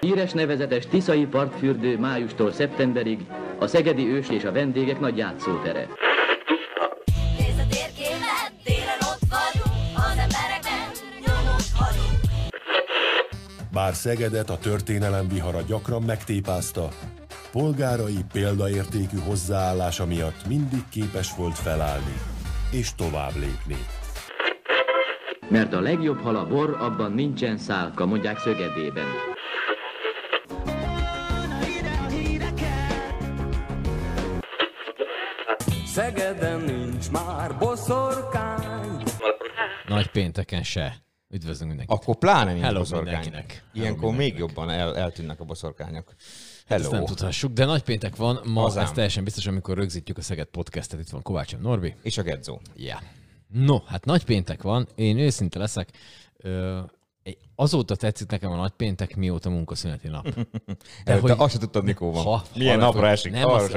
Híres nevezetes tiszai partfürdő májustól szeptemberig a szegedi ős és a vendégek nagy játszótere. Nézd a térképet, télen ott vagyunk, az embereknek nyomot hagyunk. Bár Szegedet a történelem vihara gyakran megtépázta, polgárai példaértékű hozzáállása miatt mindig képes volt felállni és tovább lépni. Mert a legjobb hal a bor, abban nincsen szálka, mondják Szögedében. Szegeden nincs már boszorkány. Nagypénteken se. Üdvözlünk mindenkit. Akkor pláne nincs Hello boszorkány. mindenkinek. Ilyenkor Hello még mindenkinek. jobban eltűnnek a boszorkányok. Ezt Hello. nem tudhassuk, de nagypéntek van. Ma Hazám. ez teljesen biztos, amikor rögzítjük a Szeged podcastet. Itt van Kovács Norbi. És a Gedzó. Ja. No, hát nagypéntek van. Én őszinte leszek. Azóta tetszik nekem a nagypéntek, mióta munkaszüneti nap. De hogy azt se tudtad, mikor van. Milyen napra esik.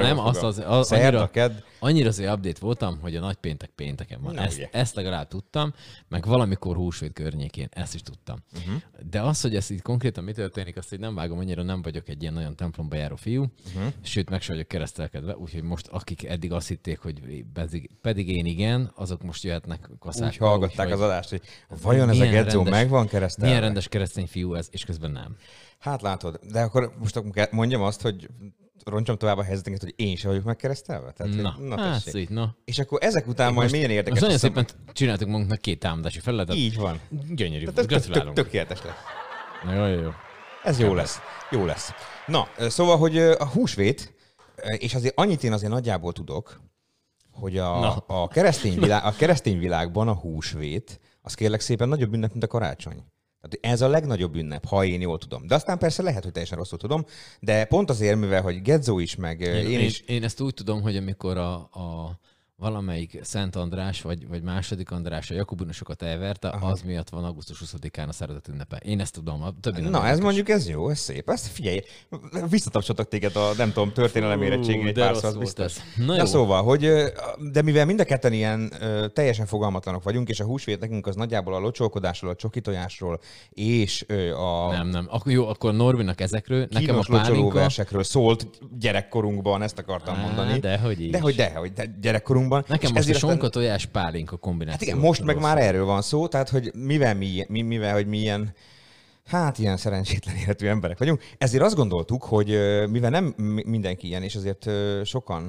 Annyira azért update voltam, hogy a nagypéntek pénteken van. Ezt legalább tudtam, meg valamikor húsvét környékén, ezt is tudtam. De az, hogy ez így konkrétan mi történik, azt így nem vágom, annyira nem vagyok egy ilyen nagyon templomba járó fiú, sőt meg sem vagyok keresztelkedve, úgyhogy most akik eddig azt hitték, hogy pedig én igen, azok most jöhetnek kaszákba. Úgy hallgatták az adást, hogy vajon ez a Gedzó meg van keresztelve? Milyen rendes keresztény fiú ez, és közben nem. Hát látod, de akkor most mondjam azt, hogy roncsam tovább a helyzetünket, hogy én sem vagyok megkeresztelve. Tehát, Na, szép, na. És akkor ezek után majd milyen érdekes. Most nagyon szépen csináltuk magunknak 2 támadási felületet. Így van. Gyönyörű, gratulálunk. Tökéletes lesz. Na, jó. Ez jó lesz. Jó lesz. Na, szóval, hogy a húsvét, és azért annyit én azért nagyjából tudok, hogy a keresztény világban a húsvét, az kérlek szépen nagyobb ünnep, mint a karácsony. Tehát ez a legnagyobb ünnep, ha én jól tudom. De aztán persze lehet, hogy teljesen rosszul tudom, de pont azért, mivel, hogy Gedzó is, meg én is. Én ezt úgy tudom, hogy amikor a valamelyik Szent András, vagy második András a jakobinusokat elverte, az miatt van augusztus 20-án a szeretet ünnepe. Én ezt tudom, a többi nem. Na, ez mondjuk, ez jó, ez szép. Ezt figyelj, visszatapsoltak téged a, nem tudom, történelem érettségén egy párszor, az biztos. Na szóval, hogy, de mivel mind a ketten ilyen teljesen fogalmatlanok vagyunk, és a húsvét nekünk az nagyjából a locsolkodásról, a csokitojásról, és a... Nem. Akkor Norbinak ezekről, nekem a pálinka... versekről szólt gyerekkorunkban, ezt akartam mondani. Dehogy is. Dehogy, gyerekkorunkban. Nekem most a sonka tojás pálinka kombináció. Hát igen, most meg már erről van szó, tehát hogy mivel mi ilyen, hát ilyen szerencsétlen életű emberek vagyunk, ezért azt gondoltuk, hogy mivel nem mindenki ilyen, és azért sokan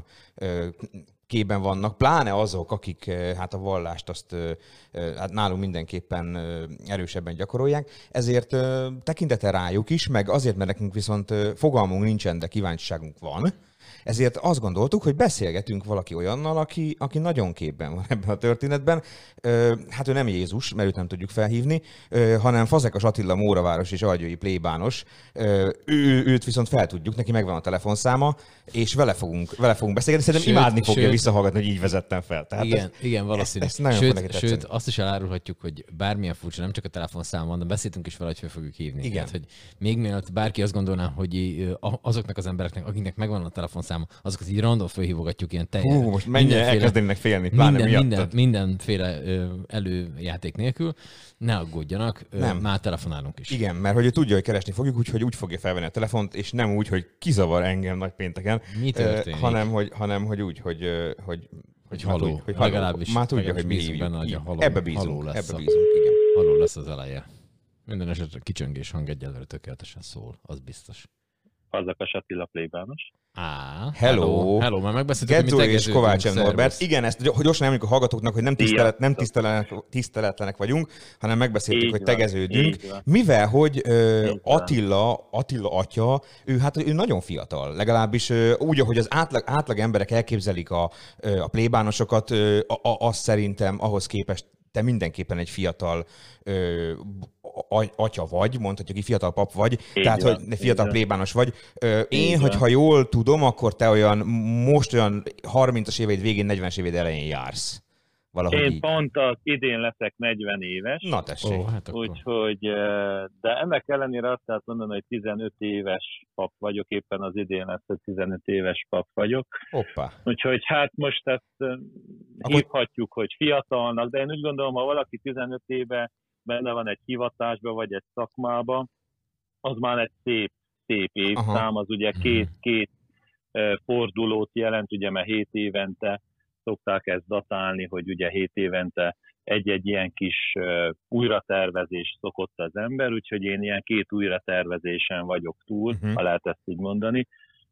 képben vannak, pláne azok, akik hát a vallást azt hát nálunk mindenképpen erősebben gyakorolják, ezért tekintettel rájuk is, meg azért, mert nekünk viszont fogalmunk nincsen, de kíváncsiságunk van. Ezért azt gondoltuk, hogy beszélgetünk valaki olyannal, aki nagyon képben van ebben a történetben. Hát ő nem Jézus, mert őt nem tudjuk felhívni, hanem Fazekas Attila Móraváros és algyői plébános. Őt viszont fel tudjuk, neki megvan a telefonszáma, és vele fogunk beszélgetni. Szerintem imádni fogja visszahallgatni, hogy így vezettem fel. Tehát igen, valószínű. Sőt, azt is elárulhatjuk, hogy bármilyen furcsa, nem csak a telefonszám van, de beszéltünk is vele, hogy fel fogjuk hívni. Igen. Tehát, hogy még mielőtt bárki azt gondolná, hogy azoknak az embereknek, akiknek megvan a telefonszáma, azokat így random fölhívogatjuk ilyen teljesen. Most mennyire elkezdenének félni, pláne miattad. Mindenféle előjáték nélkül. Ne aggódjanak, már telefonálunk is. Igen, mert hogy ő tudja, hogy keresni fogjuk, úgyhogy úgy fogja felvenni a telefont, és nem úgy, hogy kizavar engem nagypénteken. Mi történik? Hanem hogy úgy, hogy haló. Legalábbis már tudja, hogy mi bízunk benne, hogy a haló. Ebbe bízunk, igen. Haló lesz az eleje. Minden esetre kicsöngés hang egyelőre tökéletesen szól, az biztos. Fazekas Attila plébános. Hello, már megbeszéltük, Gedzó és Kovács Norbert. Igen, ezt gyorsan említjük a hallgatóknak, hogy nem tiszteletlenek vagyunk, hanem megbeszéltük, hogy tegeződünk. Mivel, hogy Attila atya, ő nagyon fiatal. Legalábbis úgy, ahogy az átlag emberek elképzelik a plébánosokat, azt szerintem ahhoz képest te mindenképpen egy fiatal atya vagy, mondhatjuk, hogy fiatal pap vagy, tehát hogy fiatal plébános vagy. Én, hogyha jól tudom, akkor te most olyan 30-as éveid végén, 40-es éveid elején jársz. Valahogy én így. Pont az idén leszek 40 éves. Na tessék. Úgyhogy, de ennek ellenére azt lehet mondani, hogy 15 éves pap vagyok, éppen az idén lesz, hogy 15 éves pap vagyok. Hoppá. Úgyhogy hát most ezt hívhatjuk, hogy fiatalnak, de én úgy gondolom, ha valaki 15 éve benne van egy hivatásban, vagy egy szakmában, az már egy szép szép évszám, az ugye két fordulót jelent, ugye, mert 7 évente szokták ezt datálni, hogy ugye 7 évente egy-egy ilyen kis újratervezés szokott az ember, úgyhogy én ilyen 2 újratervezésen vagyok túl, ha lehet ezt így mondani,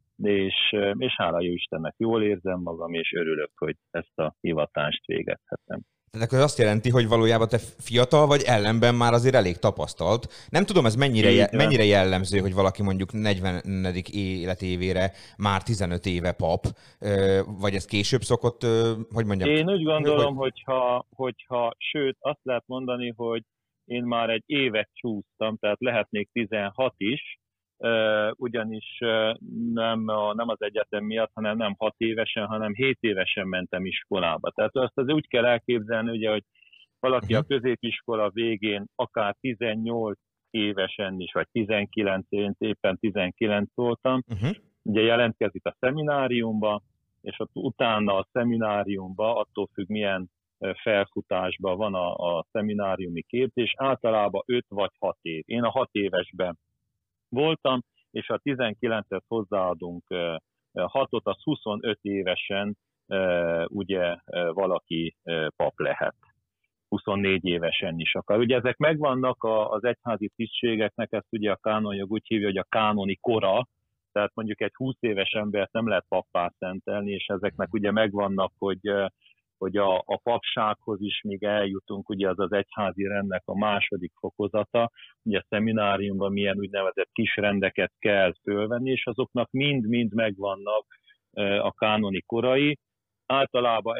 és hála jó Istennek jól érzem magam, és örülök, hogy ezt a hivatást végezhetem. Tehát akkor azt jelenti, hogy valójában te fiatal vagy, ellenben már azért elég tapasztalt. Nem tudom, ez mennyire jellemző, hogy valaki mondjuk 40. életévére már 15 éve pap, vagy ez később szokott, hogy mondjam? Én úgy gondolom, hogyha sőt, azt lehet mondani, hogy én már egy évet csúsztam, tehát lehetnék 16 is, ugyanis nem az egyetem miatt, hanem nem 6 évesen, hanem 7 évesen mentem iskolába. Tehát azt azért úgy kell elképzelni, ugye, hogy valaki a középiskola végén akár 18 évesen is, vagy 19, én éppen 19 voltam, ugye jelentkezik a szemináriumba, és ott utána a szemináriumba, attól függ milyen felfutásban van a szemináriumi képzés, általában 5 vagy 6 év. Én a 6 évesben voltam, és a 19-et hozzáadunk 6-ot, az 25 évesen ugye valaki pap lehet. 24 évesen is akar. Ugye ezek megvannak az egyházi tisztségeknek, ezt ugye a kánonjog úgy hívja, hogy a kánoni kora, tehát mondjuk egy 20 éves embert nem lehet pappá szentelni, és ezeknek ugye megvannak, hogy a papsághoz is még eljutunk, ugye az egyházi rendnek a második fokozata, ugye a szemináriumban milyen úgynevezett kisrendeket kell fölvenni, és azoknak mind-mind megvannak a kánoni korai. Általában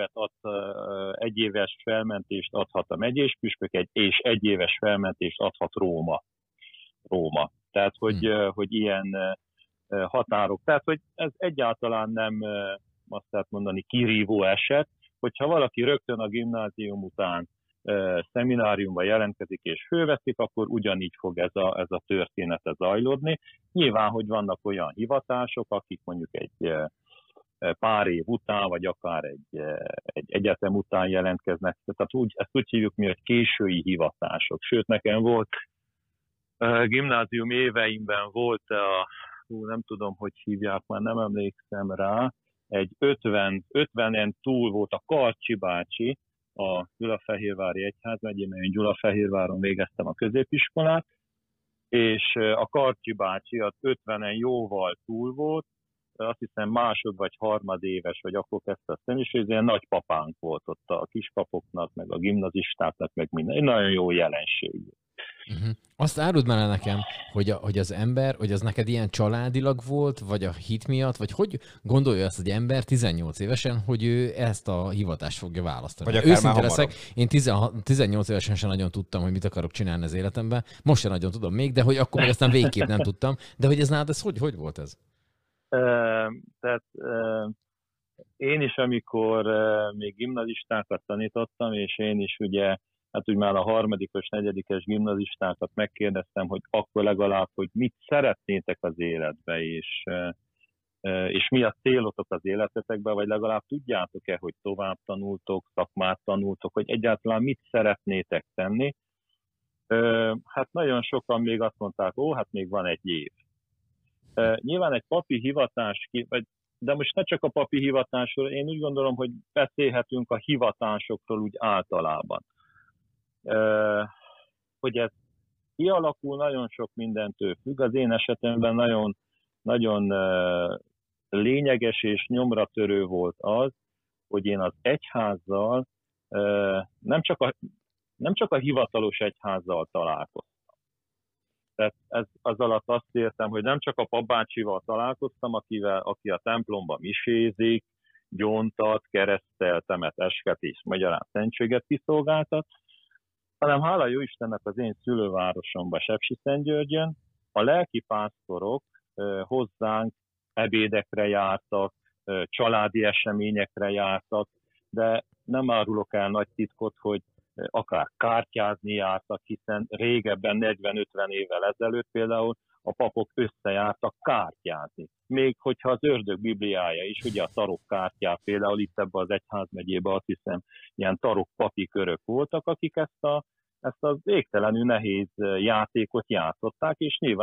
egy éves felmentést adhat a megyés püspök, és 1 éves felmentést adhat Róma. Tehát, hogy ilyen határok. Tehát, hogy ez egyáltalán nem, azt lehet mondani, kirívó eset, hogyha valaki rögtön a gimnázium után szemináriumba jelentkezik és fölveszik, akkor ugyanígy fog ez a története zajlódni. Nyilván, hogy vannak olyan hivatások, akik mondjuk egy pár év után, vagy akár egy egyetem után jelentkeznek. Tehát ezt úgy hívjuk mi, hogy késői hivatások. Sőt, nekem volt gimnázium éveimben volt nem tudom, hogy hívják, már nem emlékszem rá, egy 50-en túl volt a Karcsi bácsi, a Gyulafehérvári Egyházmegyében, én Gyulafehérváron végeztem a középiskolát, és a Karcsi bácsi az 50-en jóval túl volt, azt hiszem másod vagy harmadéves, vagy akkor kezdte a szem, és ez ilyen nagypapánk volt ott a kispapoknak, meg a gimnazistáknak, meg minden. Egy nagyon jó jelenség. Azt áruld már nekem, hogy az ember, hogy az neked ilyen családilag volt, vagy a hit miatt, vagy hogy gondolja azt egy ember 18 évesen, hogy ő ezt a hivatást fogja választani. Vagy akár már leszek, én 18 évesen sem nagyon tudtam, hogy mit akarok csinálni az életemben. Most sem nagyon tudom még, de hogy akkor meg aztán végképp nem tudtam. De hogy ez nálad, ez hogy volt ez? Tehát én is, amikor még gimnazistákat tanítottam, és én is ugye, hát úgy már a 3., 4. gimnazistákat megkérdeztem, hogy akkor legalább, hogy mit szeretnétek az életbe, és mi a célotok az életetekben, vagy legalább tudjátok-e, hogy tovább tanultok, szakmát tanultok, hogy egyáltalán mit szeretnétek tenni. Hát nagyon sokan még azt mondták, hát még van egy év. Nyilván egy papi hivatás, de most ne csak a papi hivatásról, én úgy gondolom, hogy beszélhetünk a hivatásokról úgy általában. Hogy ez kialakul, nagyon sok mindentől függ. Az én esetemben nagyon, nagyon lényeges és nyomratörő volt az, hogy én az egyházzal, nem csak a hivatalos egyházzal találkoztam. Tehát az alatt azt értem, hogy nem csak a papbácsival találkoztam, aki a templomba misézik, gyóntat, keresztel, temet, esket és magyarán szentséget kiszolgáltat, hanem hála jó Istennek az én szülővárosomban, Sepsiszentgyörgyön a lelkipásztorok hozzánk ebédekre jártak, családi eseményekre jártak, de nem árulok el nagy titkot, hogy akár kártyázni jártak, hiszen régebben, 40-50 évvel ezelőtt például a papok összejártak kártyázni. Még hogyha az Ördög Bibliája is, ugye a tarokkártyák például itt ebben az egyházmegyében azt hiszem ilyen tarokpapi körök voltak, akik ezt a végtelenül nehéz játékot játszották, és nyilván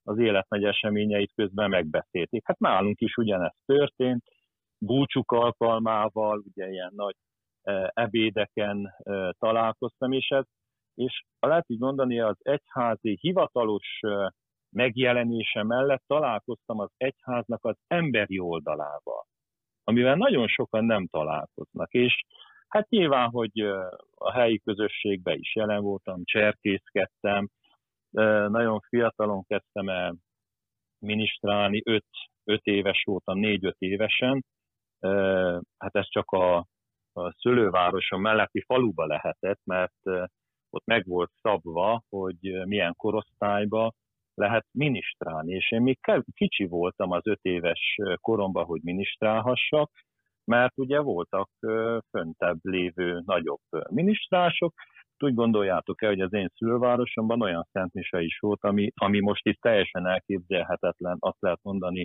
az élet nagy eseményeit közben megbeszélték. Hát nálunk is ugyanezt történt, búcsuk alkalmával, ugye ilyen nagy ebédeken találkoztam, és lehet így mondani, az egyházi hivatalos megjelenése mellett találkoztam az egyháznak az emberi oldalával, amivel nagyon sokan nem találkoznak. És hát nyilván, hogy a helyi közösségben is jelen voltam, cserkészkedtem, nagyon fiatalon kezdtem el minisztrálni, 5 éves voltam, 4-5 évesen. Hát ez csak a szülővárosom melletti faluba lehetett, mert ott meg volt szabva, hogy milyen korosztályba lehet minisztrálni. És én még kicsi voltam az 5 éves koromban, hogy minisztrálhassak, mert ugye voltak föntebb lévő nagyobb minisztrások. Úgy gondoljátok el, hogy az én szülővárosomban olyan szentmise is volt, ami most itt teljesen elképzelhetetlen, azt lehet mondani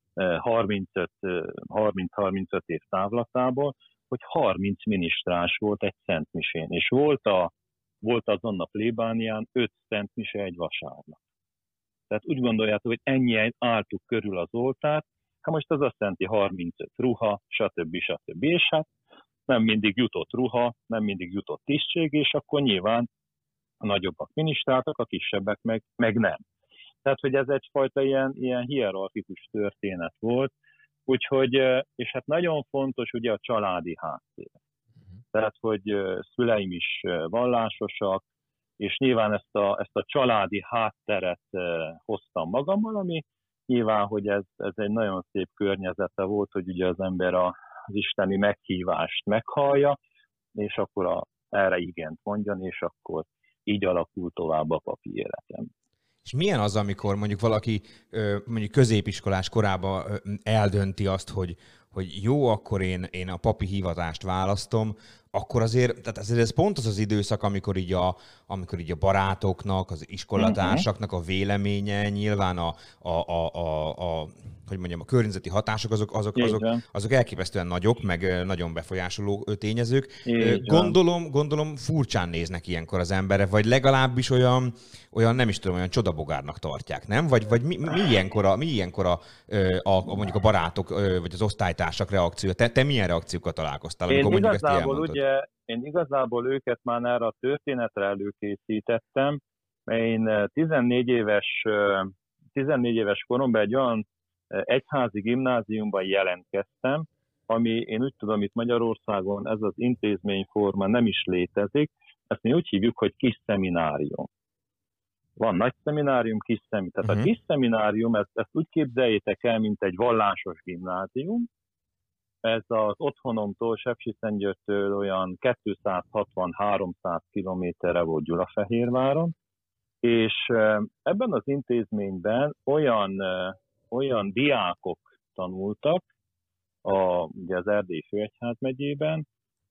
30-35 év távlatából, hogy 30 minisztrás volt egy szentmisén, és volt azon a plébánián 5 szentmise egy vasárnap. Tehát úgy gondoljátok, hogy ennyien álltuk körül az oltárt, hát most az azt jelenti 35 ruha, stb. És hát nem mindig jutott ruha, nem mindig jutott tisztség, és akkor nyilván a nagyobbak minisztráltak, a kisebbek meg nem. Tehát, hogy ez egyfajta ilyen hierarchikus történet volt, úgyhogy, és hát nagyon fontos ugye a családi háttér. Tehát, hogy szüleim is vallásosak, és nyilván ezt a családi hátteret hoztam magammal, ami nyilván, hogy ez egy nagyon szép környezete volt, hogy ugye az ember az isteni meghívást meghallja, és akkor erre igent mondjon, és akkor így alakul tovább a papi életem. És milyen az, amikor mondjuk valaki mondjuk középiskolás korában eldönti azt, hogy jó, akkor én a papi hivatást választom, akkor azért ez pont az időszak, amikor így a barátoknak, az iskolatársaknak a véleménye, nyilván hogy mondjam, a környezeti hatások azok elképesztően nagyok, meg nagyon befolyásoló tényezők. Gondolom furcsán néznek ilyenkor az emberek, vagy legalábbis olyan nem is tudom, olyan csodabogárnak tartják, nem? Vagy mi ilyenkor mondjuk a barátok, vagy az osztálytársak reakciója? Te milyen reakciókat találkoztál, amikor mondjuk ezt elmondtad? Én igazából őket már erre a történetre előkészítettem, mert én 14 éves koromban egy olyan egyházi gimnáziumban jelentkeztem, ami én úgy tudom, itt Magyarországon ez az intézményforma nem is létezik, ezt mi úgy hívjuk, hogy kis szeminárium. Van nagy szeminárium, kis szeminárium. Tehát a kis szeminárium, ezt úgy képzeljétek el, mint egy vallásos gimnázium. Ez az otthonomtól, Sepsiszentgyörgytől olyan 260-300 kilométerre volt Gyulafehérváron, és ebben az intézményben olyan diákok tanultak, ugye az Erdélyi Főegyházmegyében,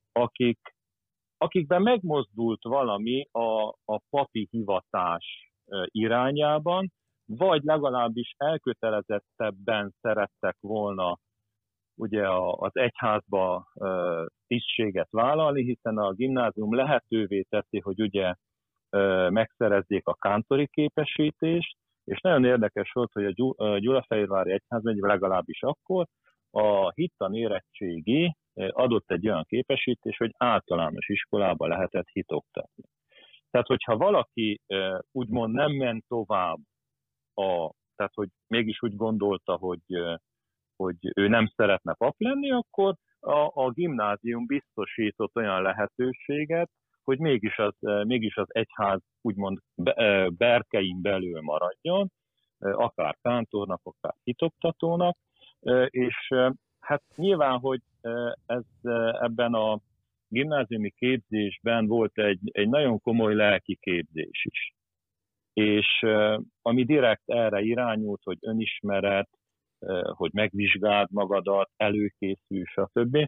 akikben megmozdult valami a papi hivatás irányában, vagy legalábbis elkötelezettebben szerettek volna ugye az egyházba tisztséget vállalni, hiszen a gimnázium lehetővé teszi, hogy ugye megszerezzék a kántori képesítést, és nagyon érdekes volt, hogy a Gyulafehérvári Egyházmegyében legalábbis akkor a hittan érettségi adott egy olyan képesítést, hogy általános iskolába lehetett hitoktatni. Tehát, hogyha valaki úgymond nem ment tovább, tehát, hogy mégis úgy gondolta, hogy ő nem szeretne pap lenni, akkor a gimnázium biztosított olyan lehetőséget, hogy mégis az egyház úgymond berkein belül maradjon, akár kántornak, akár hitoktatónak, és hát nyilván, hogy ebben a gimnáziumi képzésben volt egy nagyon komoly lelki képzés is. És ami direkt erre irányult, hogy önismeret, hogy megvizsgáld magadat, előkészülj, stb.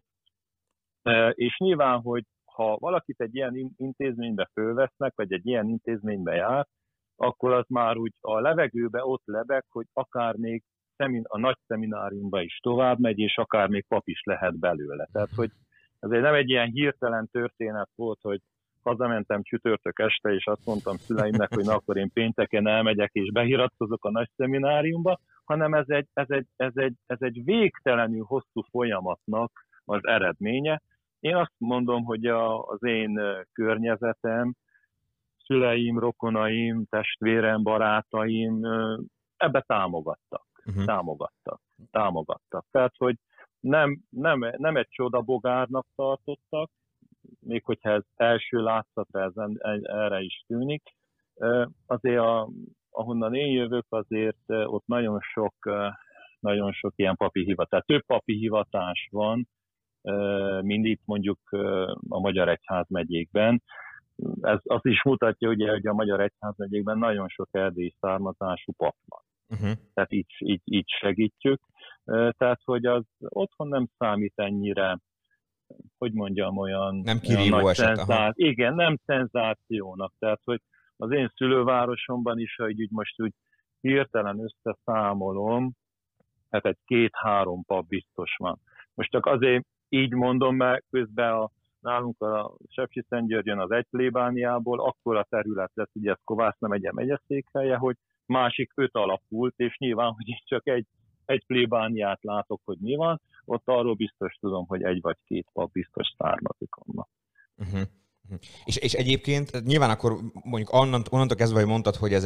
És nyilván, hogy ha valakit egy ilyen intézménybe fölvesznek, vagy egy ilyen intézménybe jár, akkor az már úgy a levegőbe ott lebeg, hogy akár még a nagy szemináriumba is tovább megy, és akár még pap is lehet belőle. Tehát, hogy ez nem egy ilyen hirtelen történet volt, hogy hazamentem csütörtök este, és azt mondtam szüleimnek, hogy na, akkor én pénteken elmegyek és beiratkozok a nagy szemináriumba, hanem ez egy végtelenül hosszú folyamatnak az eredménye. Én azt mondom, hogy az én környezetem, szüleim, rokonaim, testvérem, barátaim ebbe támogattak. Támogattak. Tehát, hogy nem egy csodabogárnak tartottak, még hogyha ez első látszatra erre is tűnik. Azért ahonnan én jövök, azért ott nagyon sok ilyen papi hivatás, tehát több papi hivatás van, mint itt mondjuk a Magyar Egyházmegyékben. Ez azt is mutatja, ugye, hogy a Magyar Egyházmegyékben nagyon sok erdélyi származású pap van. Tehát így segítjük. Tehát, hogy az otthon nem számít ennyire, hogy mondjam, olyan... Nem kirívó eset. Igen, nem szenzációnak. Tehát, hogy az én szülővárosomban is, hogy most úgy hirtelen összeszámolom, hát egy 2-3 pap biztos van. Most csak azért így mondom, mert közben nálunk a Sepsiszentgyörgyön az egy plébániából akkora terület lesz, ugye ez Kovászna megye megyeszékhelye, hogy másik 5 alakult, és nyilván, hogy én csak egy plébániát látok, hogy mi van, ott arról biztos tudom, hogy 1 vagy 2 pap biztos származik onnan. És egyébként nyilván akkor mondjuk onnantól kezdve, hogy mondtad, hogy ez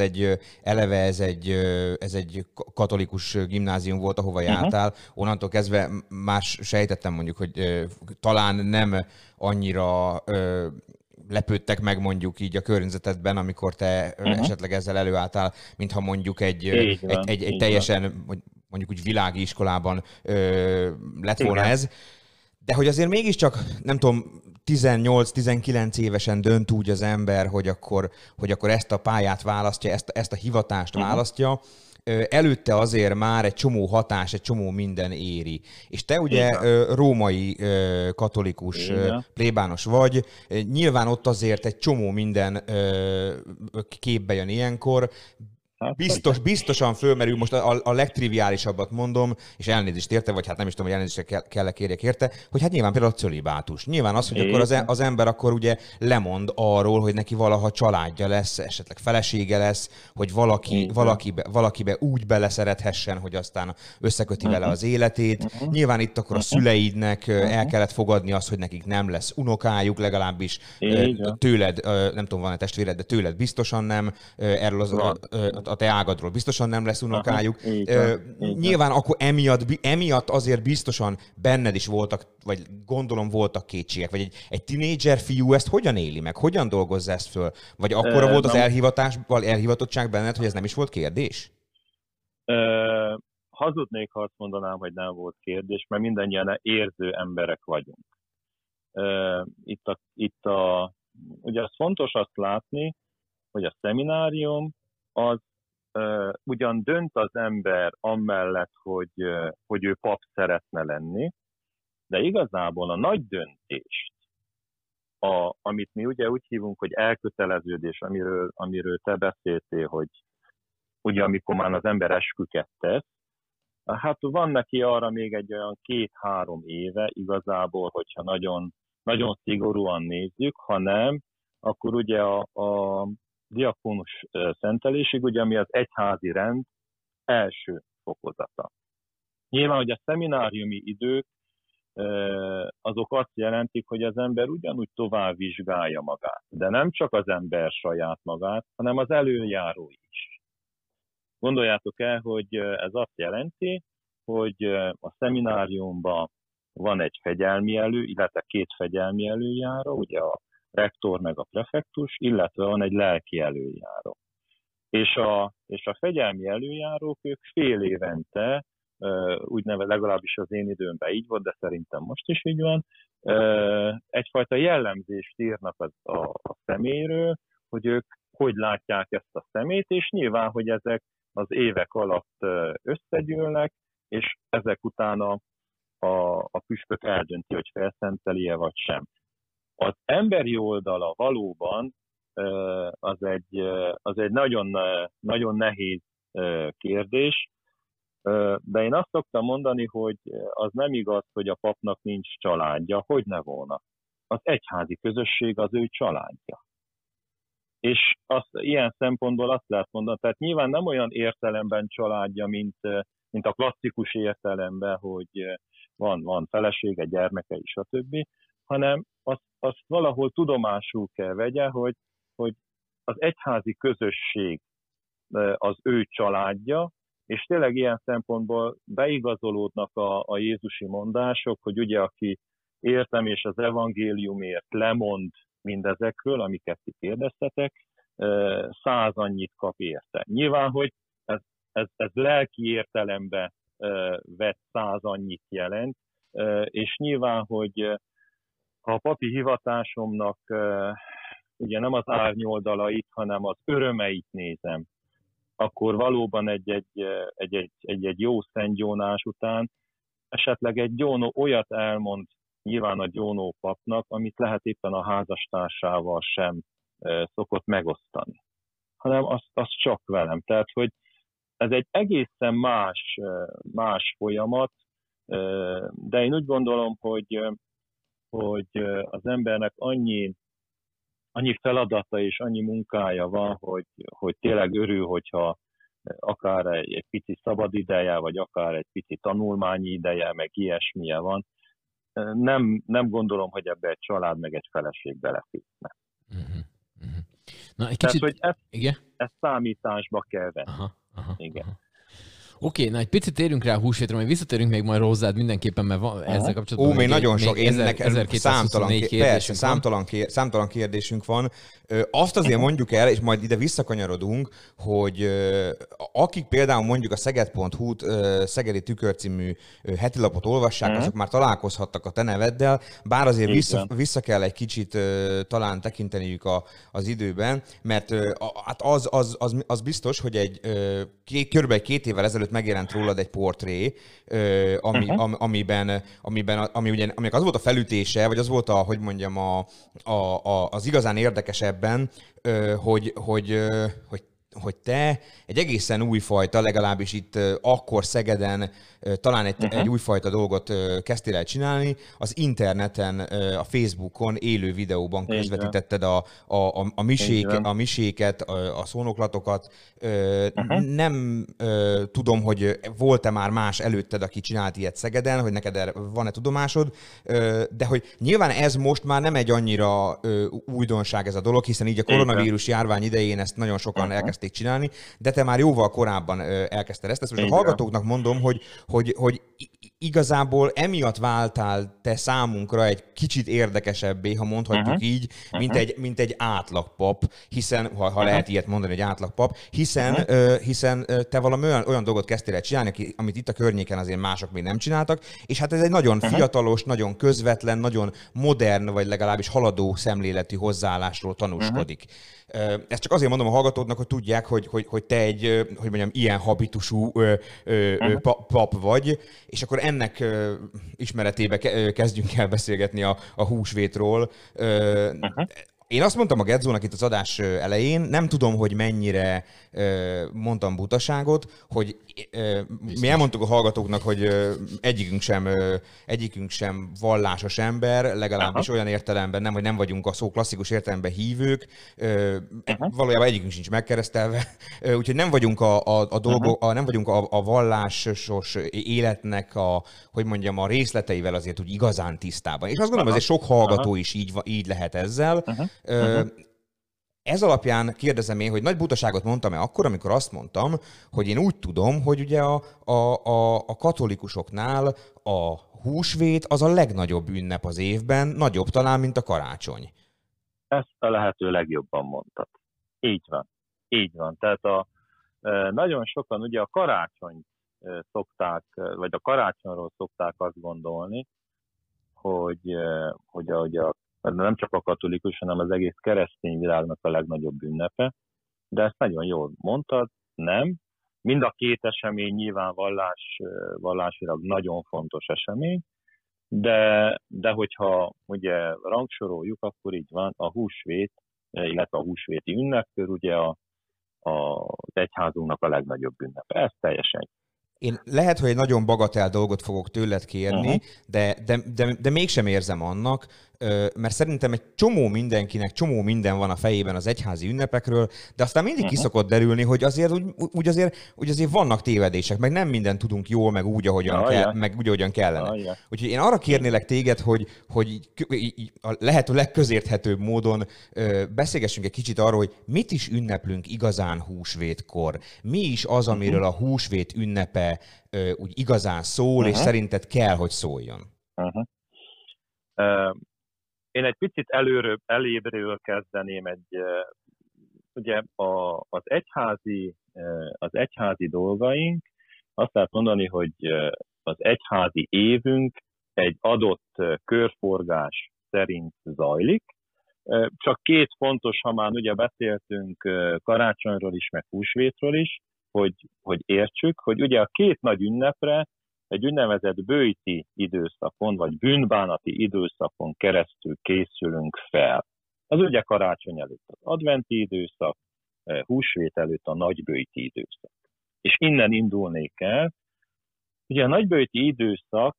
egy katolikus gimnázium volt, ahova jártál, onnantól kezdve más sejtettem mondjuk, hogy talán nem annyira lepődtek meg mondjuk így a környezetedben, amikor te esetleg ezzel előálltál, mintha mondjuk egy teljesen mondjuk úgy világi iskolában lett volna ez. De hogy azért mégiscsak, nem tudom, 18-19 évesen dönt úgy az ember, hogy akkor ezt a pályát választja, ezt a hivatást választja. Előtte azért már egy csomó hatás, egy csomó minden éri. És te ugye római katolikus plébános vagy, nyilván ott azért egy csomó minden képbe jön ilyenkor. Biztosan fölmerül, most a legtriviálisabbat mondom, és elnézést érte, vagy hát nem is tudom, hogy elnézést kell kérjek érte, hogy hát nyilván például a cölibátus. Nyilván az, hogy akkor az ember akkor ugye lemond arról, hogy neki valaha családja lesz, esetleg felesége lesz, hogy valakibe úgy beleszerethessen, hogy aztán összeköti vele az életét. Nyilván itt akkor a szüleidnek el kellett fogadni azt, hogy nekik nem lesz unokájuk, legalábbis tőled, nem tudom, van-e testvéred, de tőled biztosan nem, erről a te ágadról biztosan nem lesz unokájuk. Nyilván akkor emiatt azért biztosan benned is voltak, vagy gondolom voltak kétségek, vagy egy tinédzser fiú ezt hogyan éli meg? Hogyan dolgozza ezt föl? Vagy akkora volt az elhivatottság benned, hogy ez nem is volt kérdés? Hazudnék, ha azt mondanám, hogy nem volt kérdés, mert mindannyian érző emberek vagyunk. Ugye az fontos azt látni, hogy a szeminárium az ugyan dönt az ember amellett, hogy ő pap szeretne lenni, de igazából a nagy döntést, amit mi ugye úgy hívunk, hogy elköteleződés, amiről te beszéltél, hogy ugye amikor már az ember esküket tesz, hát van neki arra még egy olyan 2-3 éve igazából, hogyha nagyon, nagyon szigorúan nézzük, ha nem, akkor ugye a diakónus szentelésig, ugye, ami az egyházi rend első fokozata. Nyilván, hogy a szemináriumi idők azok azt jelentik, hogy az ember ugyanúgy tovább vizsgálja magát. De nem csak az ember saját magát, hanem az előjáró is. Gondoljátok el, hogy ez azt jelenti, hogy a szemináriumban van egy fegyelmi illetve 2 fegyelmi előjáró, ugye a rektor meg a prefektus, illetve van egy lelki előjáró. És a fegyelmi előjárók, ők fél évente, legalábbis az én időmben így volt, de szerintem most is így van, egyfajta jellemzést írnak a személyről, hogy ők hogy látják ezt a szemét, és nyilván, hogy ezek az évek alatt összegyűlnek, és ezek után a püspök eldönti, hogy felszenteli-e vagy sem. Az emberi oldala valóban az egy nagyon, nagyon nehéz kérdés, de én azt szoktam mondani, hogy az nem igaz, hogy a papnak nincs családja, hogy ne volna. az egyházi közösség az ő családja. És ilyen szempontból azt lehet mondani, tehát nyilván nem olyan értelemben családja, mint a klasszikus értelemben, hogy van felesége, gyermekei, stb., hanem azt valahol tudomásul kell vegye, hogy az egyházi közösség az ő családja, és tényleg ilyen szempontból beigazolódnak a jézusi mondások, hogy ugye aki értem és az evangéliumért lemond mindezekről, amiket ti kérdeztetek, 100 annyit kap érte. Nyilván, hogy ez lelki értelemben vett 100 annyit jelent, és nyilván, hogy ha a papi hivatásomnak ugye nem az árnyoldalait, hanem az örömeit nézem, akkor valóban egy jó Szent Jónás után esetleg egy gyónó olyat elmond nyilván a gyónó papnak, amit lehet éppen a házastársával sem szokott megosztani, hanem az csak velem. Tehát, hogy ez egy egészen más folyamat, de én úgy gondolom, hogy az embernek annyi feladata és annyi munkája van, hogy tényleg örül, hogyha akár egy pici szabad ideje, vagy akár egy pici tanulmányi ideje, meg ilyesmije van. Nem gondolom, hogy ebbe egy család meg egy feleség beleférne. Na, egy kicsit... Tehát, hogy ezt számításba kell venni. Igen. Aha. Oké, na egy picit térjünk rá a húsvétra, majd visszatérünk még majd hozzád mindenképpen, mert ezzel kapcsolatban még nagyon sok, számtalan kérdésünk van. Azt azért mondjuk el, és majd ide visszakanyarodunk, hogy akik például mondjuk a Szeged.hu-t, Szegedi Tükör című hetilapot olvassák, azok már találkozhattak a te neveddel, bár azért vissza kell egy kicsit talán tekinteniük az időben, mert hát az biztos, hogy körülbelül 2 évvel ezelőtt megjelent rólad egy portré, aminek az volt a felütése, vagy az volt az igazán érdekes ebben, hogy te egy egészen újfajta, legalábbis itt akkor Szegeden talán egy újfajta dolgot kezdtél el csinálni, az interneten, a Facebookon élő videóban közvetítetted a miséket, a szónoklatokat. Nem tudom, hogy volt-e már más előtted, aki csinált ilyet Szegeden, hogy neked van-e tudomásod, de hogy nyilván ez most már nem egy annyira újdonság ez a dolog, hiszen így a koronavírus járvány idején ezt nagyon sokan elkezdték csinálni, de te már jóval korábban elkezdted ezt. Ezt most a hallgatóknak mondom, hogy igazából emiatt váltál te számunkra egy kicsit érdekesebbé, ha mondhatjuk így, mint egy átlagpap, hiszen, ha lehet ilyet mondani, egy átlagpap, hiszen te valami olyan dolgot kezdtél el csinálni, amit itt a környéken azért mások még nem csináltak, és hát ez egy nagyon fiatalos, nagyon közvetlen, nagyon modern, vagy legalábbis haladó szemléletű hozzáállásról tanúskodik. Ezt csak azért mondom a hallgatóknak, hogy tudják, hogy te egy, hogy mondjam, ilyen habitusú pap vagy, és akkor ennek ismeretébe kezdjünk el beszélgetni a húsvétról. Én azt mondtam a Gedzónak itt az adás elején, nem tudom, hogy mennyire mondtam butaságot, hogy mi elmondtuk a hallgatóknak, hogy egyikünk sem vallásos ember, legalábbis olyan értelemben nem, hogy nem vagyunk a szó klasszikus értelemben hívők, valójában egyikünk sincs megkeresztelve, úgyhogy nem vagyunk nem vagyunk a vallásos életnek hogy mondjam, a részleteivel azért úgy igazán tisztában. És azt gondolom, azért sok hallgató is így lehet ezzel. Ez alapján kérdezem én, hogy nagy butaságot mondtam-e akkor, amikor azt mondtam, hogy én úgy tudom, hogy ugye a katolikusoknál a húsvét az a legnagyobb ünnep az évben, nagyobb talán, mint a karácsony. Ezt a lehető legjobban mondtad. Így van. Így van. Tehát nagyon sokan ugye a karácsonyt szokták, vagy a karácsonyról szokták azt gondolni, hogy nem csak a katolikus, hanem az egész keresztény világnak a legnagyobb ünnepe, de ezt nagyon jól mondtad, nem. Mind a 2 esemény nyilván vallásilag nagyon fontos esemény, de hogyha ugye rangsoroljuk, akkor így van, a húsvét, illetve a húsvéti ünnepkör ugye az egyházunknak a legnagyobb ünnepe. Ez teljesen. Én lehet, hogy egy nagyon bagatel dolgot fogok tőled kérni, de mégsem érzem annak. mert szerintem egy csomó mindenkinek csomó minden van a fejében az egyházi ünnepekről, de aztán mindig ki szokott derülni, hogy azért úgy azért vannak tévedések, meg nem mindent tudunk jól, meg úgy, ahogyan kellene. Úgyhogy én arra kérnélek téged, hogy a lehető legközérthetőbb módon beszélgessünk egy kicsit arról, hogy mit is ünneplünk igazán húsvétkor. Mi is az, amiről a húsvét ünnepe úgy igazán szól, és szerinted kell, hogy szóljon? Én egy picit elébről kezdeném. Ugye az egyházi dolgaink, azt lehet mondani, hogy az egyházi évünk egy adott körforgás szerint zajlik. Csak két fontos, ha már ugye beszéltünk karácsonyról is, meg húsvétről is, hogy értsük, hogy ugye a két nagy ünnepre egy úgynevezett böjti időszakon, vagy bűnbánati időszakon keresztül készülünk fel. Az ugye karácsony előtt az adventi időszak, húsvét előtt a nagyböjti időszak. És innen indulnék el. Ugye a nagyböjti időszak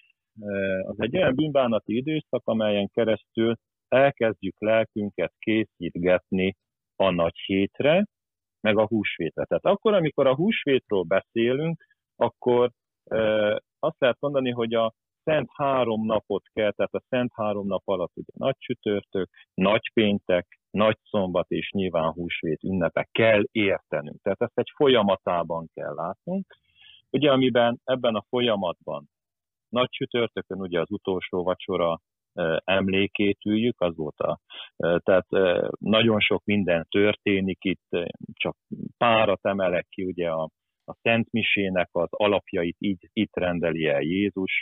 az egy olyan bűnbánati időszak, amelyen keresztül elkezdjük lelkünket készítgetni a nagy hétre, meg a húsvétre. Tehát akkor, amikor a húsvétről beszélünk, akkor azt lehet mondani, hogy a Szent 3 napot kell, tehát a Szent 3 nap alatt ugye nagy csütörtök, nagy péntek, nagy szombat és nyilván húsvét ünnepe kell értenünk. Tehát ezt egy folyamatában kell látnunk. Ugye amiben ebben a folyamatban nagy csütörtökön ugye az utolsó vacsora emlékét üljük, tehát nagyon sok minden történik itt, csak párat emelek ki, ugye a Szent Misének az alapjait itt rendeli el Jézus.